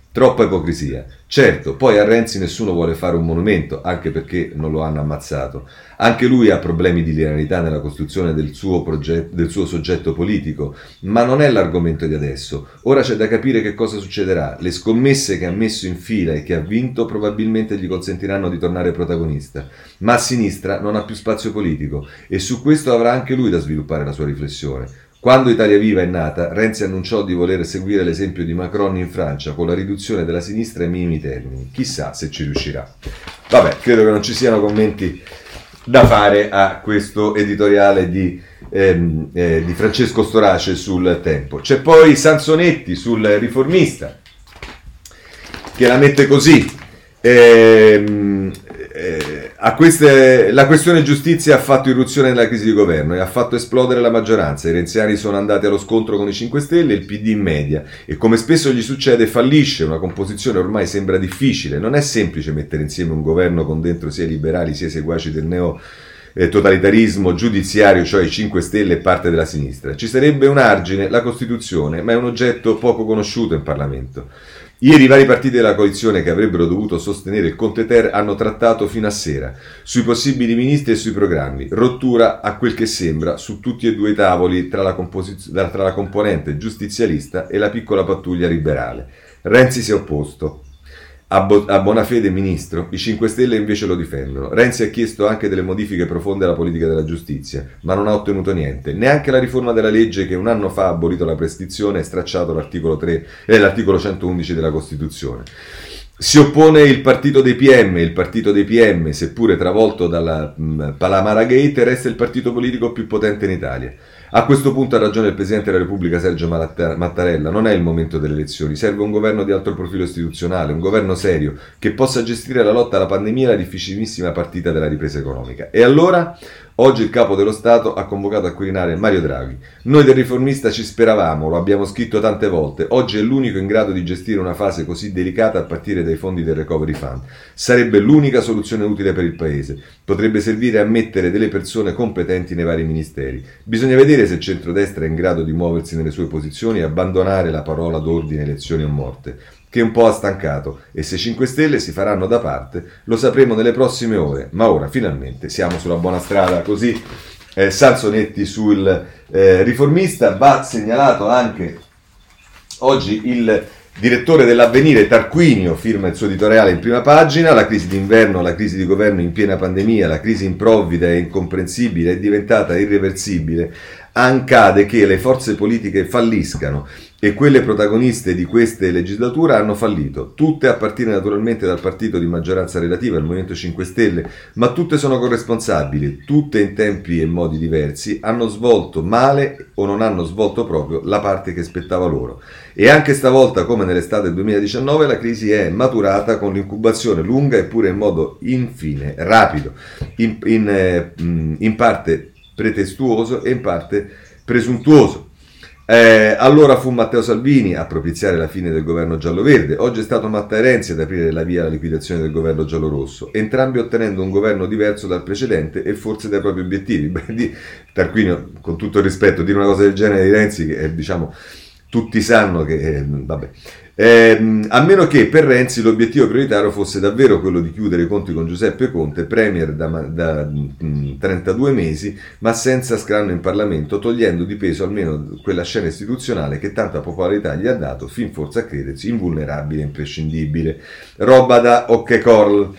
Troppa ipocrisia. Certo, poi a Renzi nessuno vuole fare un monumento, anche perché non lo hanno ammazzato. Anche lui ha problemi di linearità nella costruzione del suo, progetto, del suo soggetto politico, ma non è l'argomento di adesso. Ora c'è da capire che cosa succederà. Le scommesse che ha messo in fila e che ha vinto probabilmente gli consentiranno di tornare protagonista. Ma a sinistra non ha più spazio politico e su questo avrà anche lui da sviluppare la sua riflessione. Quando Italia Viva è nata, Renzi annunciò di voler seguire l'esempio di Macron in Francia con la riduzione della sinistra ai minimi termini. Chissà se ci riuscirà. Vabbè, credo che non ci siano commenti da fare a questo editoriale di, ehm, eh, di Francesco Storace sul Tempo. C'è poi Sansonetti sul Riformista, che la mette così. Ehm, eh, a queste, la questione giustizia ha fatto irruzione nella crisi di governo e ha fatto esplodere la maggioranza. I renziani sono andati allo scontro con i cinque Stelle e il P D in media e, come spesso gli succede, fallisce. Una composizione ormai sembra difficile. Non è semplice mettere insieme un governo con dentro sia i liberali sia i seguaci del neo eh, totalitarismo giudiziario, cioè i cinque Stelle e parte della sinistra. Ci sarebbe un argine, la Costituzione, ma è un oggetto poco conosciuto in Parlamento. Ieri i vari partiti della coalizione che avrebbero dovuto sostenere il Conte Ter hanno trattato fino a sera sui possibili ministri e sui programmi. Rottura, a quel che sembra, su tutti e due i tavoli tra la, composiz- tra la componente giustizialista e la piccola pattuglia liberale. Renzi si è opposto. A, bo- a buona fede ministro, i cinque Stelle invece lo difendono. Renzi ha chiesto anche delle modifiche profonde alla politica della giustizia, ma non ha ottenuto niente. Neanche la riforma della legge che un anno fa ha abolito la prescrizione e stracciato l'articolo, tre, eh, l'articolo centoundici della Costituzione. Si oppone il partito dei P M, il partito dei P M, seppure travolto dalla mh, Palamara Gate, resta il partito politico più potente in Italia. A questo punto ha ragione il Presidente della Repubblica Sergio Mattarella, non è il momento delle elezioni, serve un governo di alto profilo istituzionale, un governo serio che possa gestire la lotta alla pandemia e la difficilissima partita della ripresa economica. E allora? Oggi il Capo dello Stato ha convocato a Quirinale Mario Draghi. Noi del Riformista ci speravamo, lo abbiamo scritto tante volte, oggi è l'unico in grado di gestire una fase così delicata a partire dai fondi del Recovery Fund. Sarebbe l'unica soluzione utile per il Paese, potrebbe servire a mettere delle persone competenti nei vari ministeri. Bisogna vedere se il centrodestra è in grado di muoversi nelle sue posizioni e abbandonare la parola d'ordine elezioni o morte, che un po' ha stancato, e se cinque Stelle si faranno da parte lo sapremo nelle prossime ore, ma ora finalmente siamo sulla buona strada. Così eh, Sansonetti sul eh, Riformista. Va segnalato anche oggi il direttore dell'Avvenire Tarquinio, firma il suo editoriale in prima pagina. La crisi d'inverno, la crisi di governo in piena pandemia, la crisi improvvida e incomprensibile è diventata irreversibile. Accade che le forze politiche falliscano e quelle protagoniste di queste legislature hanno fallito, tutte a partire naturalmente dal partito di maggioranza relativa, il Movimento cinque Stelle, ma tutte sono corresponsabili, tutte in tempi e modi diversi, hanno svolto male o non hanno svolto proprio la parte che spettava loro. E anche stavolta, come nell'estate duemiladiciannove, la crisi è maturata con l'incubazione lunga eppure in modo infine rapido, in, in, eh, in parte pretestuoso e in parte presuntuoso. Eh, allora fu Matteo Salvini a propiziare la fine del governo giallo-verde, oggi è stato Matteo Renzi ad aprire la via alla liquidazione del governo giallo-rosso, entrambi ottenendo un governo diverso dal precedente e forse dai propri obiettivi. Beh, di, Tarquinio, con tutto il rispetto, dire una cosa del genere di Renzi, che eh, diciamo tutti sanno che eh, vabbè. Eh, a meno che per Renzi l'obiettivo prioritario fosse davvero quello di chiudere i conti con Giuseppe Conte, premier da, da mh, trentadue mesi, ma senza scranno in Parlamento, togliendo di peso almeno quella scena istituzionale che tanta popolarità gli ha dato, fin forse a credersi invulnerabile e imprescindibile. Roba da Occhecorl.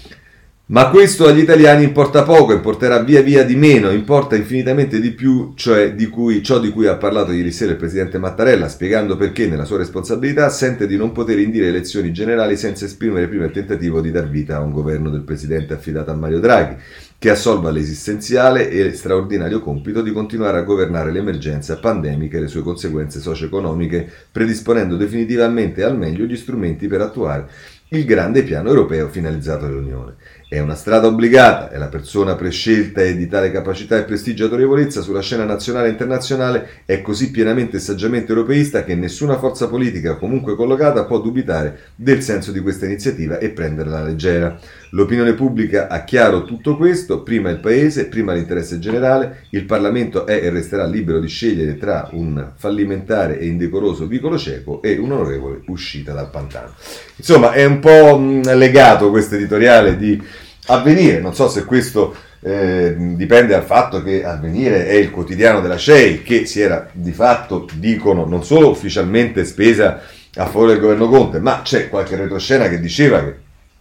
Ma questo agli italiani importa poco, importerà via via di meno, importa infinitamente di più, cioè di cui, ciò di cui ha parlato ieri sera il Presidente Mattarella, spiegando perché nella sua responsabilità sente di non poter indire elezioni generali senza esprimere prima il tentativo di dar vita a un governo del Presidente affidato a Mario Draghi, che assolva l'esistenziale e straordinario compito di continuare a governare l'emergenza pandemica e le sue conseguenze socio-economiche, predisponendo definitivamente al meglio gli strumenti per attuare il grande piano europeo finalizzato all'Unione. È una strada obbligata, è la persona prescelta e di tale capacità e prestigio e autorevolezza sulla scena nazionale e internazionale, è così pienamente e saggiamente europeista che nessuna forza politica comunque collocata può dubitare del senso di questa iniziativa e prenderla alla leggera. L'opinione pubblica ha chiaro tutto questo, prima il Paese, prima l'interesse generale, il Parlamento è e resterà libero di scegliere tra un fallimentare e indecoroso vicolo cieco e un'onorevole uscita dal pantano. Insomma, è un po' mh, legato questo editoriale di Avvenire, non so se questo eh, dipende dal fatto che Avvenire è il quotidiano della C E I, che si era di fatto, dicono, non solo ufficialmente spesa a favore del governo Conte, ma c'è qualche retroscena che diceva che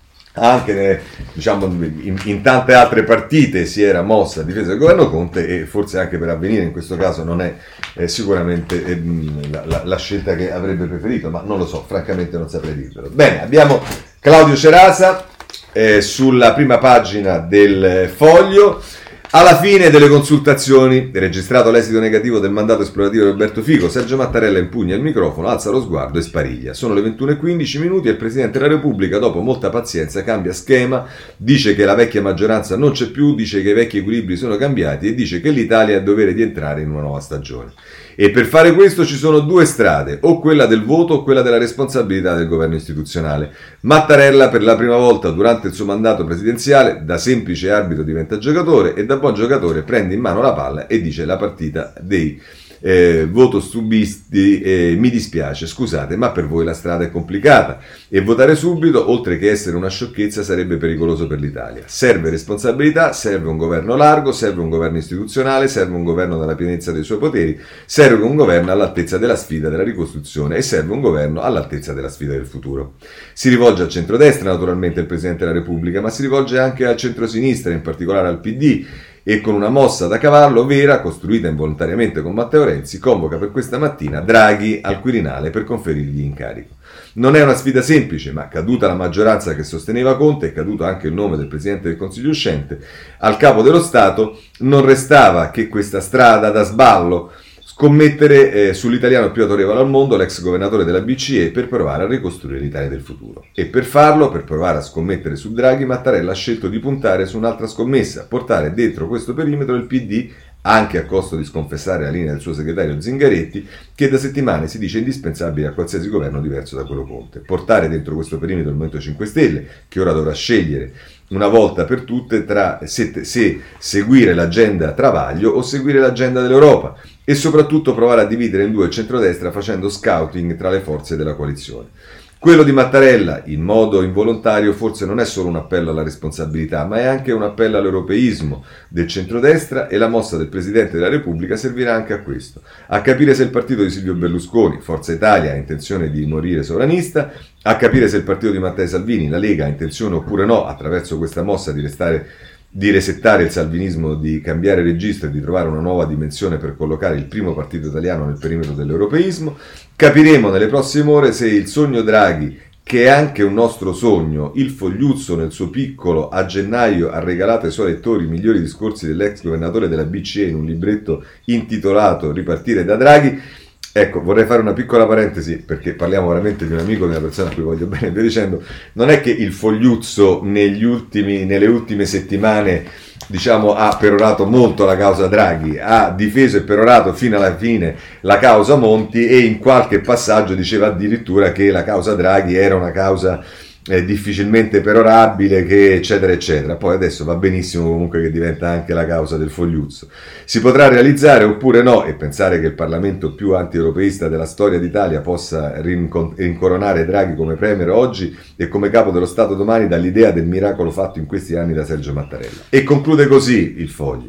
anche diciamo, in, in tante altre partite si era mossa a difesa del governo Conte, e forse anche per Avvenire in questo caso non è eh, sicuramente eh, la, la, la scelta che avrebbe preferito, ma non lo so, francamente non saprei dirvelo. Bene, abbiamo Claudio Cerasa eh, sulla prima pagina del Foglio. Alla fine delle consultazioni, registrato l'esito negativo del mandato esplorativo di Roberto Fico, Sergio Mattarella impugna il microfono, alza lo sguardo e spariglia. Sono le ventuno e quindici minuti e il Presidente della Repubblica, dopo molta pazienza, cambia schema, dice che la vecchia maggioranza non c'è più, dice che i vecchi equilibri sono cambiati e dice che l'Italia ha il dovere di entrare in una nuova stagione. E per fare questo ci sono due strade, o quella del voto o quella della responsabilità del governo istituzionale. Mattarella per la prima volta durante il suo mandato presidenziale da semplice arbitro diventa giocatore e da buon giocatore prende in mano la palla e dice la partita dei eh, voto stubisti eh, mi dispiace, scusate, ma per voi la strada è complicata e votare subito, oltre che essere una sciocchezza, sarebbe pericoloso per l'Italia. Serve responsabilità, serve un governo largo, serve un governo istituzionale, serve un governo dalla pienezza dei suoi poteri, serve un governo all'altezza della sfida della ricostruzione e serve un governo all'altezza della sfida del futuro. Si rivolge al centrodestra naturalmente il Presidente della Repubblica, ma si rivolge anche al centrosinistra, in particolare al P D, e con una mossa da cavallo vera, costruita involontariamente con Matteo Renzi, convoca per questa mattina Draghi al Quirinale per conferirgli incarico. Non è una sfida semplice, ma caduta la maggioranza che sosteneva Conte e caduto anche il nome del Presidente del Consiglio uscente, al capo dello Stato non restava che questa strada da sballo, scommettere eh, sull'italiano più autorevole al mondo, l'ex governatore della B C E, per provare a ricostruire l'Italia del futuro. E per farlo, per provare a scommettere su Draghi, Mattarella ha scelto di puntare su un'altra scommessa, portare dentro questo perimetro il P D, anche a costo di sconfessare la linea del suo segretario Zingaretti, che da settimane si dice indispensabile a qualsiasi governo diverso da quello Conte. Portare dentro questo perimetro il Movimento cinque Stelle, che ora dovrà scegliere una volta per tutte tra se, se seguire l'agenda Travaglio o seguire l'agenda dell'Europa, e soprattutto provare a dividere in due il centrodestra facendo scouting tra le forze della coalizione. Quello di Mattarella, in modo involontario, forse non è solo un appello alla responsabilità, ma è anche un appello all'europeismo del centrodestra, e la mossa del Presidente della Repubblica servirà anche a questo, a capire se il partito di Silvio Berlusconi, Forza Italia, ha intenzione di morire sovranista, a capire se il partito di Matteo Salvini, la Lega, ha intenzione oppure no, attraverso questa mossa, di restare di resettare il salvinismo, di cambiare registro e di trovare una nuova dimensione per collocare il primo partito italiano nel perimetro dell'europeismo. Capiremo nelle prossime ore se il sogno Draghi, che è anche un nostro sogno, il Fogliuzzo nel suo piccolo a gennaio ha regalato ai suoi lettori i migliori discorsi dell'ex governatore della B C E in un libretto intitolato Ripartire da Draghi. Ecco, vorrei fare una piccola parentesi, perché parliamo veramente di un amico, di una persona a cui voglio bene, via dicendo, non è che il Fogliuzzo negli ultimi, nelle ultime settimane, diciamo, ha perorato molto la causa Draghi, ha difeso e perorato fino alla fine la causa Monti, e in qualche passaggio diceva addirittura che la causa Draghi era una causa eh, difficilmente perorabile, che eccetera eccetera. Poi adesso va benissimo comunque che diventa anche la causa del Fogliuzzo. Si potrà realizzare oppure no, e pensare che il Parlamento più anti-europeista della storia d'Italia possa rincon- rincoronare Draghi come premier oggi e come capo dello Stato domani dall'idea del miracolo fatto in questi anni da Sergio Mattarella. E conclude così il Foglio.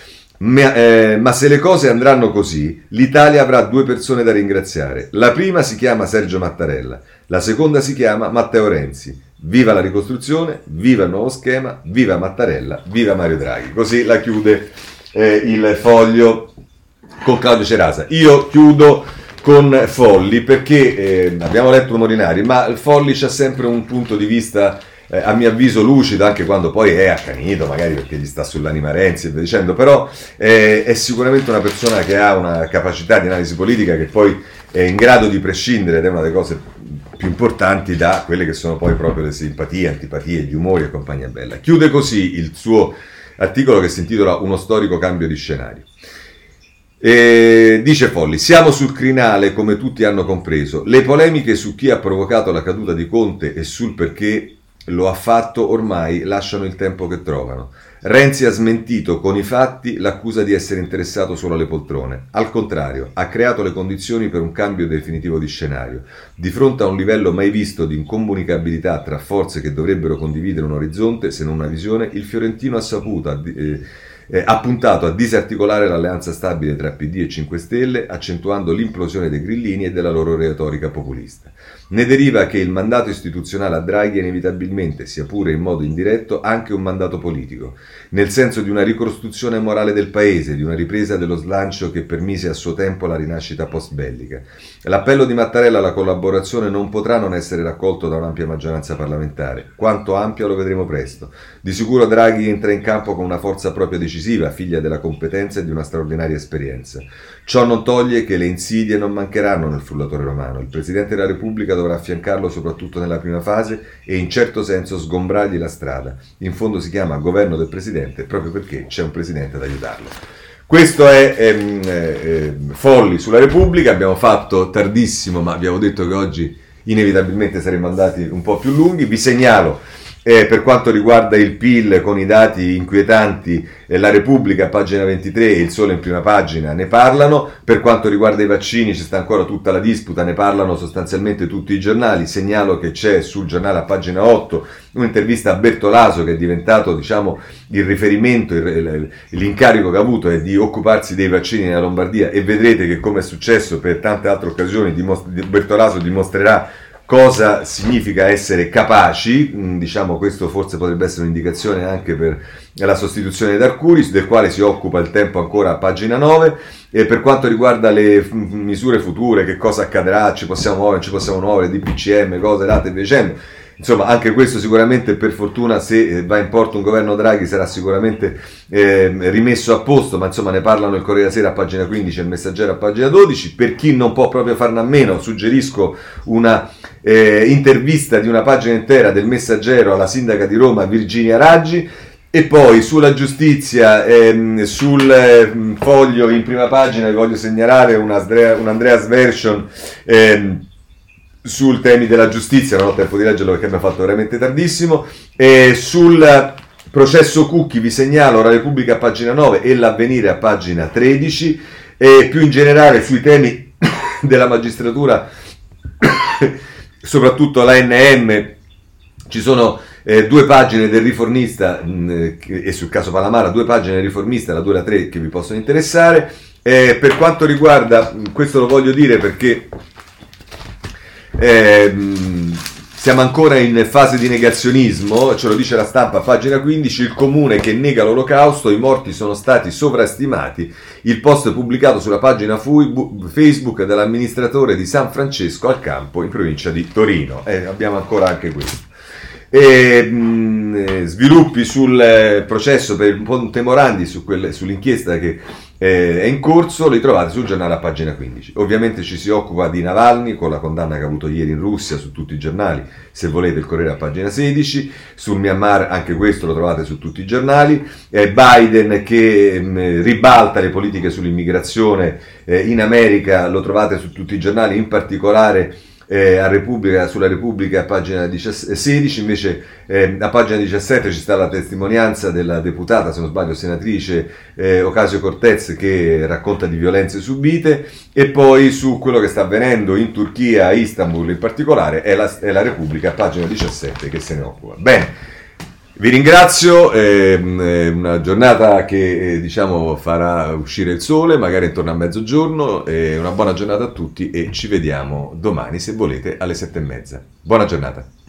Ma, eh, ma se le cose andranno così, l'Italia avrà due persone da ringraziare. La prima si chiama Sergio Mattarella, la seconda si chiama Matteo Renzi. Viva la ricostruzione, viva il nuovo schema, viva Mattarella, viva Mario Draghi. Così la chiude eh, il Foglio con Claudio Cerasa. Io chiudo con Folli perché eh, abbiamo letto Molinari, ma il Folli c'ha sempre un punto di vista Eh, a mio avviso lucido, anche quando poi è accanito, magari perché gli sta sull'anima Renzi e via dicendo, però eh, è sicuramente una persona che ha una capacità di analisi politica che poi è in grado di prescindere, ed è una delle cose più importanti, da quelle che sono poi proprio le simpatie, antipatie, gli umori e compagnia bella. Chiude così il suo articolo, che si intitola Uno storico cambio di scenario. E dice Folli: siamo sul crinale, come tutti hanno compreso. Le polemiche su chi ha provocato la caduta di Conte e sul perché lo ha fatto ormai lasciano il tempo che trovano. Renzi ha smentito con i fatti l'accusa di essere interessato solo alle poltrone. Al contrario, ha creato le condizioni per un cambio definitivo di scenario. Di fronte a un livello mai visto di incomunicabilità tra forze che dovrebbero condividere un orizzonte, se non una visione, il fiorentino ha saputo eh, Eh, ha puntato a disarticolare l'alleanza stabile tra P D e cinque Stelle, accentuando l'implosione dei grillini e della loro retorica populista. Ne deriva che il mandato istituzionale a Draghi è inevitabilmente, sia pure in modo indiretto, anche un mandato politico, nel senso di una ricostruzione morale del paese, di una ripresa dello slancio che permise a suo tempo la rinascita post-bellica. L'appello di Mattarella alla collaborazione non potrà non essere raccolto da un'ampia maggioranza parlamentare. Quanto ampia lo vedremo presto. Di sicuro Draghi entra in campo con una forza propria decisiva, figlia della competenza e di una straordinaria esperienza. Ciò non toglie che le insidie non mancheranno nel frullatore romano. Il Presidente della Repubblica dovrà affiancarlo soprattutto nella prima fase e in certo senso sgombrargli la strada. In fondo si chiama governo del Presidente proprio perché c'è un Presidente ad aiutarlo. Questo è ehm, eh, Folli sulla Repubblica. Abbiamo fatto tardissimo, ma abbiamo detto che oggi inevitabilmente saremmo andati un po' più lunghi. Vi segnalo Eh, per quanto riguarda il P I L, con i dati inquietanti, eh, la Repubblica, pagina ventitré, e il Sole in prima pagina ne parlano. Per quanto riguarda i vaccini ci sta ancora tutta la disputa, ne parlano sostanzialmente tutti i giornali. Segnalo che c'è sul giornale a pagina otto un'intervista a Bertolaso, che è diventato, diciamo, il riferimento, il, l'incarico che ha avuto è di occuparsi dei vaccini nella Lombardia, e vedrete che, come è successo per tante altre occasioni, dimostra, Bertolaso dimostrerà cosa significa essere capaci. Diciamo, questo forse potrebbe essere un'indicazione anche per la sostituzione di Arcuri, del quale si occupa Il Tempo ancora a pagina nove. E per quanto riguarda le f- misure future, che cosa accadrà, ci possiamo muovere, ci possiamo muovere, D P C M, cose date e via dicendo. Insomma, anche questo sicuramente, per fortuna, se va in porto un governo Draghi, sarà sicuramente eh, rimesso a posto, ma insomma ne parlano il Corriere della Sera a pagina quindici e il Messaggero a pagina dodici. Per chi non può proprio farne a meno, suggerisco una eh, intervista di una pagina intera del Messaggero alla sindaca di Roma, Virginia Raggi. E poi sulla giustizia, ehm, sul eh, Foglio in prima pagina vi voglio segnalare una, un Andreas Version ehm, sul temi della giustizia. Non ho tempo di leggerlo perché mi ha fatto veramente tardissimo. E sul processo Cucchi vi segnalo la Repubblica a pagina nove e l'Avvenire a pagina tredici, e più in generale sui temi della magistratura, soprattutto l'A N M, ci sono eh, due pagine del Riformista, mh, e sul caso Palamara due pagine del Riformista, la due e la tre, che vi possono interessare. Eh, per quanto riguarda, questo lo voglio dire perché Eh, siamo ancora in fase di negazionismo, ce lo dice La Stampa, pagina quindici, il comune che nega l'olocausto, i morti sono stati sovrastimati, il post pubblicato sulla pagina Facebook dell'amministratore di San Francesco al Campo in provincia di Torino. Eh, abbiamo ancora anche questo. E, mh, sviluppi sul eh, processo per il Ponte Morandi, su quelle, sull'inchiesta che eh, è in corso, li trovate sul giornale a pagina quindici. Ovviamente ci si occupa di Navalny, con la condanna che ha avuto ieri in Russia, su tutti i giornali. Se volete il Corriere a pagina sedici. Sul Myanmar, anche questo lo trovate su tutti i giornali. eh, Biden che mh, ribalta le politiche sull'immigrazione eh, in America, lo trovate su tutti i giornali, in particolare Eh, a Repubblica, sulla Repubblica a pagina sedici. Invece eh, a pagina diciassette ci sta la testimonianza della deputata, se non sbaglio senatrice eh, Ocasio-Cortez, che racconta di violenze subite. E poi su quello che sta avvenendo in Turchia, a Istanbul in particolare, è la, è la Repubblica a pagina diciassette che se ne occupa. Bene, vi ringrazio, è una giornata che diciamo farà uscire il sole, magari intorno a mezzogiorno. È una buona giornata a tutti e ci vediamo domani, se volete, alle sette e mezza. Buona giornata.